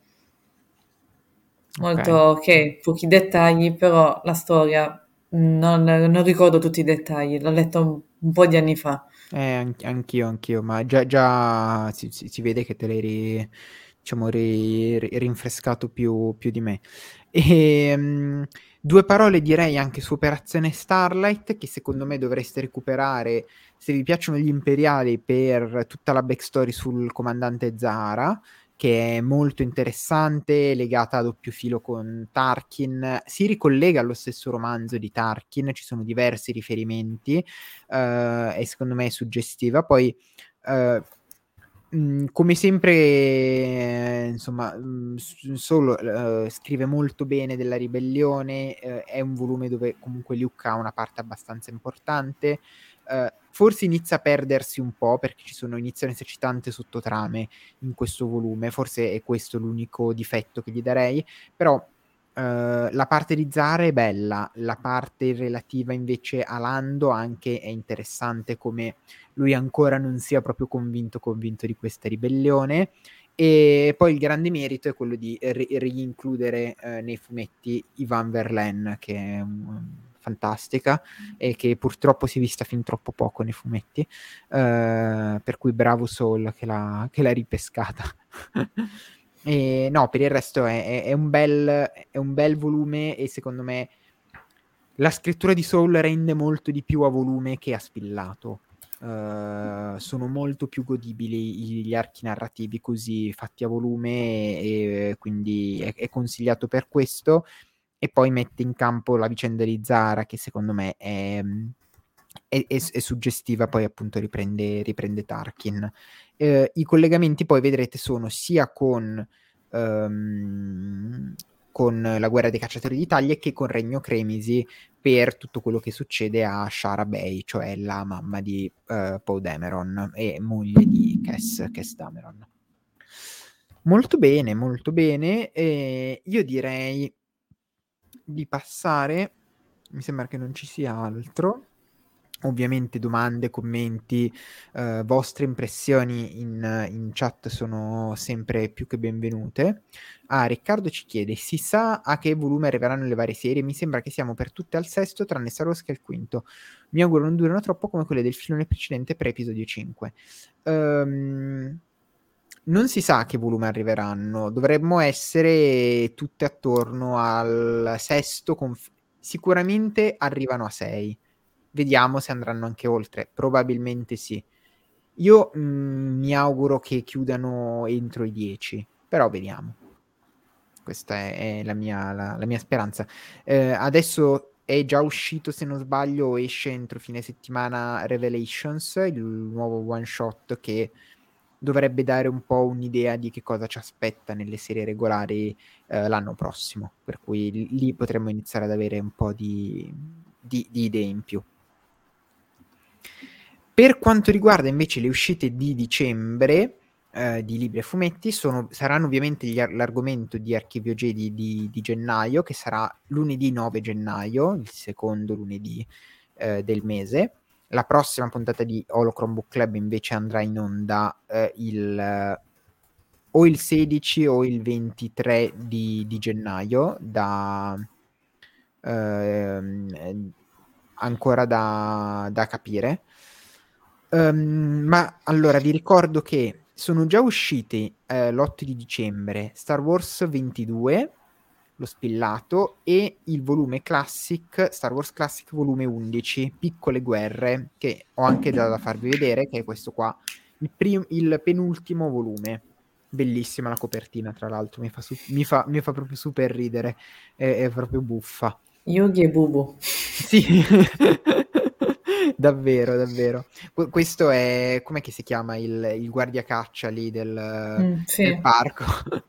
Ok. Molto ok, pochi dettagli, però la storia non ricordo tutti i dettagli, l'ho letto un po' di anni fa. Anch'io, ma già si vede che te l'hai diciamo, rinfrescato più di me. E, due parole direi anche su Operazione Starlight, che secondo me dovreste recuperare se vi piacciono gli imperiali per tutta la backstory sul comandante Zahara, che è molto interessante, legata a doppio filo con Tarkin, si ricollega allo stesso romanzo di Tarkin, ci sono diversi riferimenti e secondo me è suggestiva. Poi, eh, come sempre, insomma, Solo scrive molto bene della ribellione, è un volume dove comunque Luke ha una parte abbastanza importante. Forse inizia a perdersi un po' perché iniziano a esserci tante sottotrame in questo volume, forse è questo l'unico difetto che gli darei, però la parte di Zara è bella, la parte relativa invece a Lando anche è interessante, come lui ancora non sia proprio convinto di questa ribellione. E poi il grande merito è quello di rincludere nei fumetti Ivan Verlaine, che è fantastica e che purtroppo si è vista fin troppo poco nei fumetti, per cui bravo Soul che l'ha ripescata. E no, per il resto è un bel volume e secondo me la scrittura di Soul rende molto di più a volume che a spillato. Sono molto più godibili gli archi narrativi così fatti a volume e quindi è consigliato per questo. E poi mette in campo la vicenda di Zara che secondo me è suggestiva, poi appunto riprende Tarkin. I collegamenti poi vedrete sono sia con ehm, con la guerra dei cacciatori d'Italia che con Regno Cremisi per tutto quello che succede a Shara Bey, cioè la mamma di Poe Dameron e moglie di Cass Dameron. Molto bene, molto bene. Io direi di passare, mi sembra che non ci sia altro. Ovviamente domande, commenti, vostre impressioni in chat sono sempre più che benvenute. Riccardo ci chiede, si sa a che volume arriveranno le varie serie? Mi sembra che siamo per tutte al sesto, tranne Star Wars che è il quinto. Mi auguro non durino troppo come quelle del filone precedente per episodio 5. Non si sa a che volume arriveranno, dovremmo essere tutte attorno al sesto, sicuramente arrivano a 6. Vediamo se andranno anche oltre, probabilmente sì. Io mi auguro che chiudano entro i 10, però vediamo. Questa è la mia speranza. Adesso è già uscito, se non sbaglio, esce entro fine settimana Revelations, il nuovo one shot che dovrebbe dare un po' un'idea di che cosa ci aspetta nelle serie regolari l'anno prossimo, per cui lì potremmo iniziare ad avere un po' di idee in più. Per quanto riguarda invece le uscite di dicembre di libri e fumetti, saranno ovviamente l'argomento di Archivio Jedi di gennaio, che sarà lunedì 9 gennaio, il secondo lunedì del mese. La prossima puntata di Holocron Book Club invece andrà in onda o il 16 o il 23 di gennaio, ancora da capire. Ma allora vi ricordo che sono già usciti l'8 di dicembre Star Wars 22, lo spillato, e il volume Classic, Star Wars Classic volume 11, Piccole guerre, che ho anche da farvi vedere, che è questo qua, il penultimo volume. Bellissima la copertina, tra l'altro, mi fa proprio super ridere, è proprio buffa. Yugi e Bubu. Sì, davvero, davvero. Questo è, com'è che si chiama il guardiacaccia lì del Sì. parco?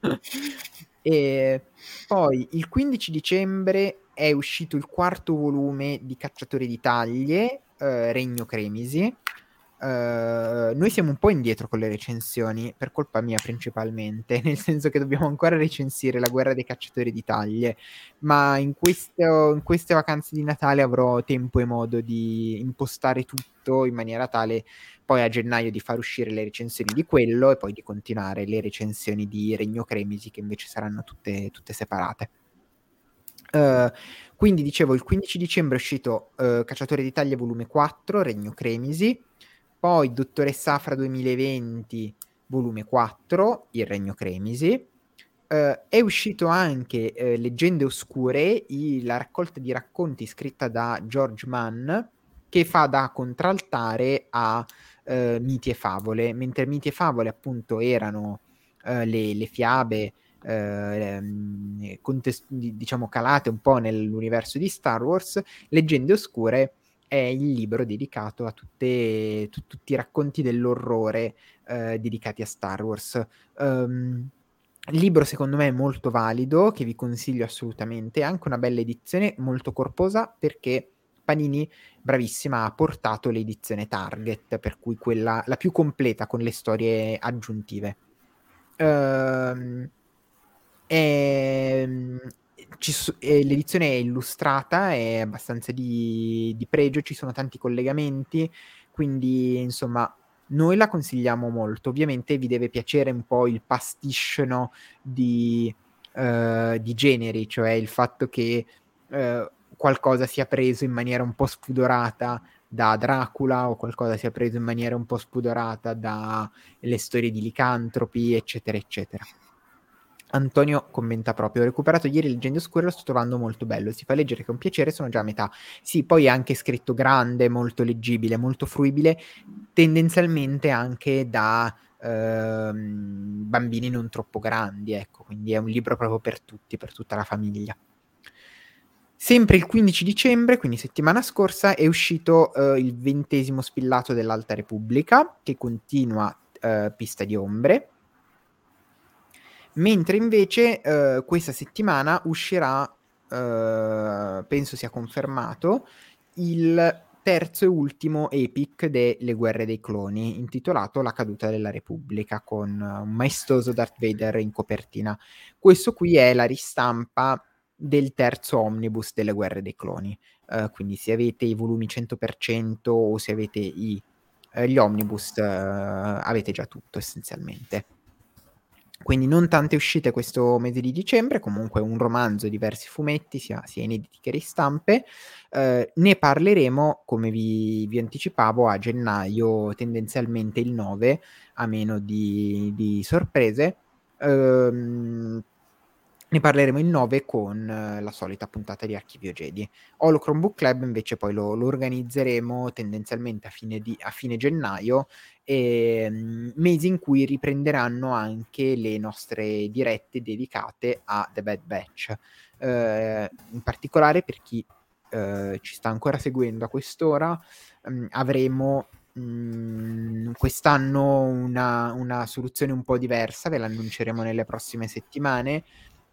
E poi il 15 dicembre è uscito il quarto volume di Cacciatori di Taglie, Regno Cremisi. Noi siamo un po' indietro con le recensioni, per colpa mia principalmente, nel senso che dobbiamo ancora recensire La guerra dei cacciatori di taglie, ma in queste vacanze di Natale avrò tempo e modo di impostare tutto in maniera tale poi a gennaio di far uscire le recensioni di quello e poi di continuare le recensioni di Regno Cremisi, che invece saranno tutte separate. Quindi dicevo, il 15 dicembre è uscito Cacciatore d'Italia volume 4, Regno Cremisi, poi Dottoressa Afra 2020 volume 4, Il Regno Cremisi. È uscito anche Leggende Oscure, la raccolta di racconti scritta da George Mann, che fa da contraltare a Miti e Favole, mentre Miti e Favole appunto erano le fiabe diciamo calate un po' nell'universo di Star Wars. Leggende Oscure è il libro dedicato a tutti i racconti dell'orrore dedicati a Star Wars. Libro secondo me molto valido, che vi consiglio assolutamente, è anche una bella edizione, molto corposa, perché Panini, bravissima, ha portato l'edizione Target, per cui quella la più completa con le storie aggiuntive. L'edizione è illustrata, è abbastanza di pregio, ci sono tanti collegamenti, quindi insomma noi la consigliamo molto. Ovviamente vi deve piacere un po' il pastiche, no, di generi, cioè il fatto che qualcosa sia preso in maniera un po' spudorata da Dracula o qualcosa sia preso in maniera un po' spudorata dalle storie di licantropi, eccetera, eccetera. Antonio commenta proprio: ho recuperato ieri Leggende Oscure, lo sto trovando molto bello, si fa leggere con piacere, sono già a metà. Sì, poi è anche scritto grande, molto leggibile, molto fruibile, tendenzialmente anche da bambini non troppo grandi, ecco, quindi è un libro proprio per tutti, per tutta la famiglia. Sempre il 15 dicembre, quindi settimana scorsa, è uscito il 20° spillato dell'Alta Repubblica, che continua Pista di Ombre. Mentre invece questa settimana uscirà, penso sia confermato, il terzo e ultimo epic delle Guerre dei Cloni, intitolato La caduta della Repubblica, con un maestoso Darth Vader in copertina. Questo qui è la ristampa del terzo omnibus delle Guerre dei Cloni. Quindi se avete i volumi 100% o se avete gli omnibus, avete già tutto essenzialmente. Quindi non tante uscite questo mese di dicembre, comunque un romanzo, diversi fumetti, sia inediti che ristampe. Ne parleremo, come vi anticipavo, a gennaio, tendenzialmente il 9, a meno di sorprese. Ne parleremo il 9 con la solita puntata di Archivio Jedi. Holocron Book Club invece poi lo organizzeremo tendenzialmente a fine gennaio, mesi in cui riprenderanno anche le nostre dirette dedicate a The Bad Batch. In particolare per chi ci sta ancora seguendo a quest'ora, avremo quest'anno una soluzione un po' diversa, ve l'annunceremo nelle prossime settimane.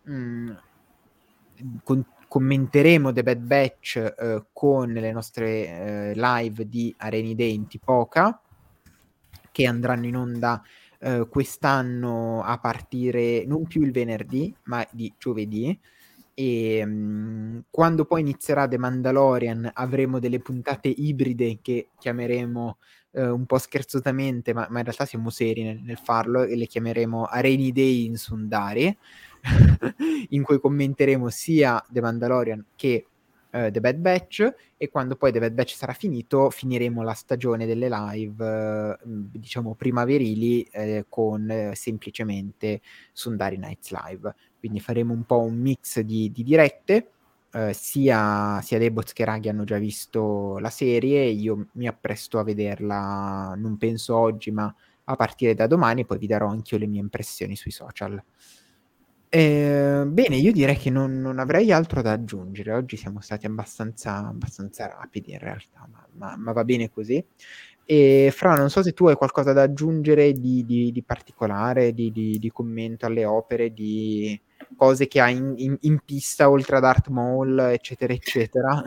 Commenteremo The Bad Batch con le nostre live di Areni Denti Poca, che andranno in onda quest'anno a partire non più il venerdì, ma di giovedì. E quando poi inizierà The Mandalorian avremo delle puntate ibride che chiameremo un po' scherzosamente, ma in realtà siamo seri nel farlo, e le chiameremo A Rainy Day in Sundari, in cui commenteremo sia The Mandalorian che The Bad Batch, e quando poi The Bad Batch sarà finito finiremo la stagione delle live diciamo primaverili con semplicemente Sundari Nights Live. Quindi faremo un po' un mix di dirette, sia Debots che Raghi hanno già visto la serie, io mi appresto a vederla, non penso oggi, ma a partire da domani, poi vi darò anch'io le mie impressioni sui social. Bene, io direi che non avrei altro da aggiungere. Oggi siamo stati abbastanza rapidi in realtà, ma va bene così. E Fra, non so se tu hai qualcosa da aggiungere di particolare, di commento alle opere, di cose che hai in pista oltre ad Art Maul, eccetera, eccetera.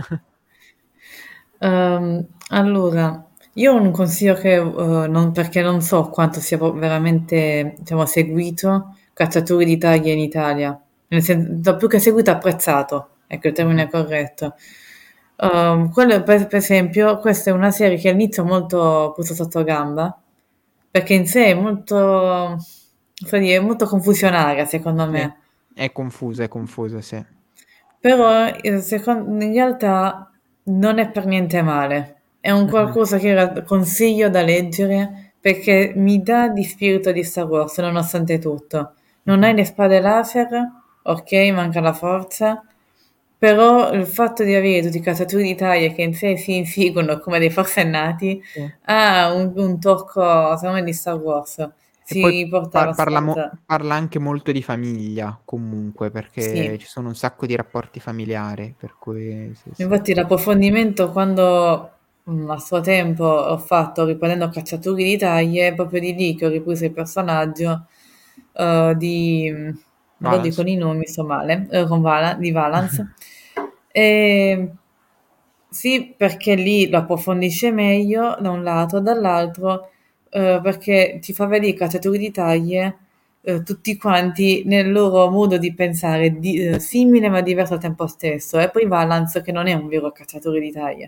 Allora, io ho un consiglio che, perché non so quanto sia veramente, diciamo, seguito Cacciatori d'Italia in Italia. Nel senso, più che seguito, apprezzato, ecco il termine corretto. Quello, per esempio, questa è una serie che all'inizio è molto puso sotto gamba, perché in sé è molto, non so dire, è molto confusionaria, secondo Sì, me. è confuso, sì. Però in realtà non è per niente male. È un Mhm, qualcosa che consiglio da leggere perché mi dà di spirito di Star Wars, nonostante tutto. Non hai mhm, le spade laser, ok, manca la forza, però il fatto di avere tutti i cacciatori d'Italia che in sé si inseguono come dei forsennati sì. ha un tocco, secondo me, di Star Wars. E poi Si porta abbastanza. parla anche molto di famiglia, comunque, perché Sì. ci sono un sacco di rapporti familiari, per cui sì, sì. Infatti l'approfondimento quando a suo tempo ho fatto riprendendo Cacciatori di Taglie, è proprio di lì che ho ripreso il personaggio non lo dico Valance. i nomi, sto male, di Valance. E, sì, perché lì lo approfondisce meglio da un lato, dall'altro perché ti fa vedere i cacciatori di taglie tutti quanti nel loro modo di pensare simile ma diverso al tempo stesso. E poi Valance che non è un vero cacciatore di taglie.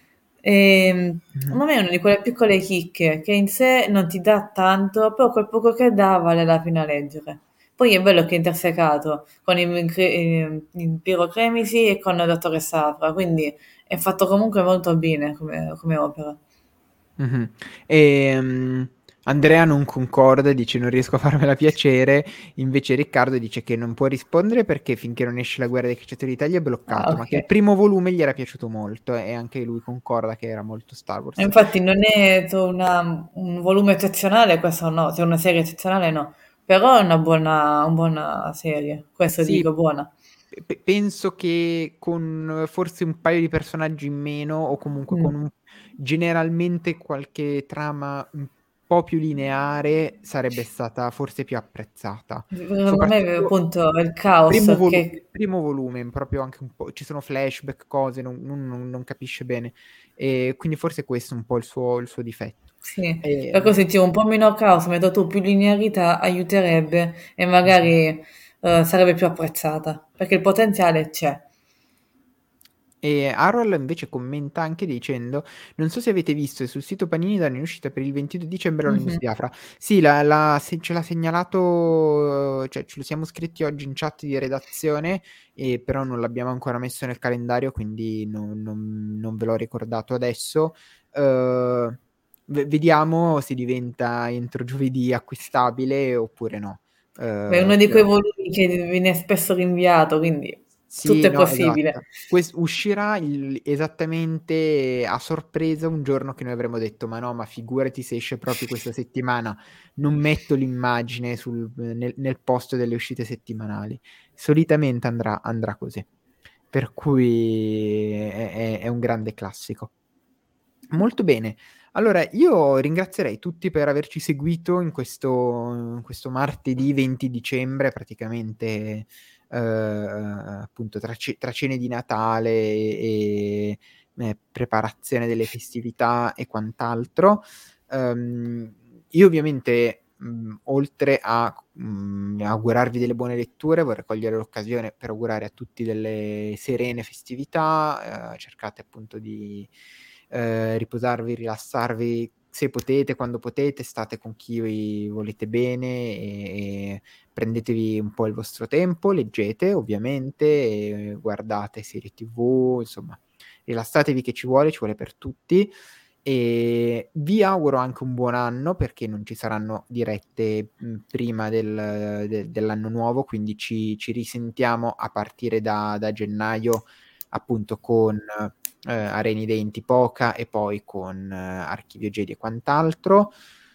Mhm. Ma me è una di quelle piccole chicche che in sé non ti dà tanto, però quel poco che dà vale la pena leggere. Poi è bello che è intersecato con il Piero Cremisi e con la dottoressa Afra, quindi è fatto comunque molto bene come opera. Mhm. Andrea non concorda, dice non riesco a farmela piacere, invece Riccardo dice che non può rispondere perché finché non esce la guerra dei cacciatori d'Italia è Ah, bloccato, ma ok. che il primo volume gli era piaciuto molto e anche lui concorda che era molto Star E Wars. infatti non è un volume eccezionale, questo no, se è una serie eccezionale no, però è una buona serie, questo Sì, dico, buona. penso che con forse un paio di personaggi in meno o comunque con Mm. generalmente qualche trama un po' più lineare sarebbe stata forse più apprezzata. Secondo me Soprattutto appunto è il caos il che primo volume, proprio anche un po', ci sono flashback, cose, non capisce bene. E quindi forse questo è un po' il suo difetto. sì, per cui Ehm, sentivo un po' meno caos, metto tu più linearità aiuterebbe e esatto. magari sarebbe più apprezzata, perché il potenziale c'è. E Harold invece commenta anche dicendo: non so se avete visto, è sul sito Panini danno in uscita per il 22 dicembre la news Mhm. di Afra. Sì, ce l'ha segnalato, cioè ce lo siamo scritti oggi in chat di redazione, però non l'abbiamo ancora messo nel calendario, quindi non ve l'ho ricordato adesso. Vediamo se diventa entro giovedì acquistabile oppure no. Ma è uno di quei Però volumi che viene spesso rinviato, quindi tutto sì, è no, possibile. esatto. Uscirà esattamente a sorpresa un giorno che noi avremo detto: ma no, ma figurati se esce proprio questa settimana, non metto l'immagine nel posto delle uscite settimanali. Solitamente andrà così. Per cui è un grande classico. Molto bene. Allora, io ringrazierei tutti per averci seguito in questo martedì 20 dicembre, praticamente, appunto, tra cene di Natale preparazione delle festività e quant'altro. Io ovviamente, oltre a augurarvi delle buone letture, vorrei cogliere l'occasione per augurare a tutti delle serene festività. Cercate appunto di riposarvi, rilassarvi se potete, quando potete, state con chi vi volete bene e prendetevi un po' il vostro tempo, leggete ovviamente, e guardate serie TV, insomma, rilassatevi che ci vuole per tutti. E vi auguro anche un buon anno perché non ci saranno dirette prima dell'anno nuovo, quindi ci risentiamo a partire da gennaio, appunto con Areni Denti Poca e poi con Archivio Jedi e quant'altro.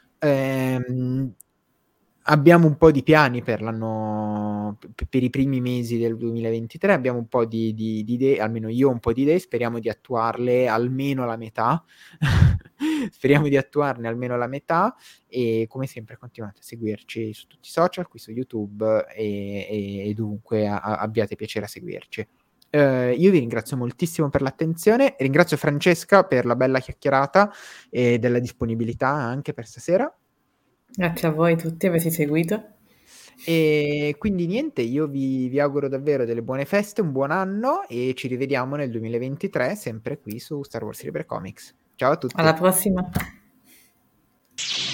Ehm, Abbiamo un po' di piani per l'anno, per i primi mesi del 2023, abbiamo un po' di idee, almeno io ho un po' di idee, speriamo di attuarle almeno la metà. Speriamo di attuarne almeno la metà e come sempre continuate a seguirci su tutti i social, qui su YouTube e dovunque abbiate piacere a seguirci. Io vi ringrazio moltissimo per l'attenzione, ringrazio Francesca per la bella chiacchierata e della disponibilità anche per stasera. Grazie a voi tutti averci seguito. E quindi niente, io vi auguro davvero delle buone feste, un buon anno e ci rivediamo nel 2023 sempre qui su Star Wars Libre Comics. Ciao a Alla tutti. prossima.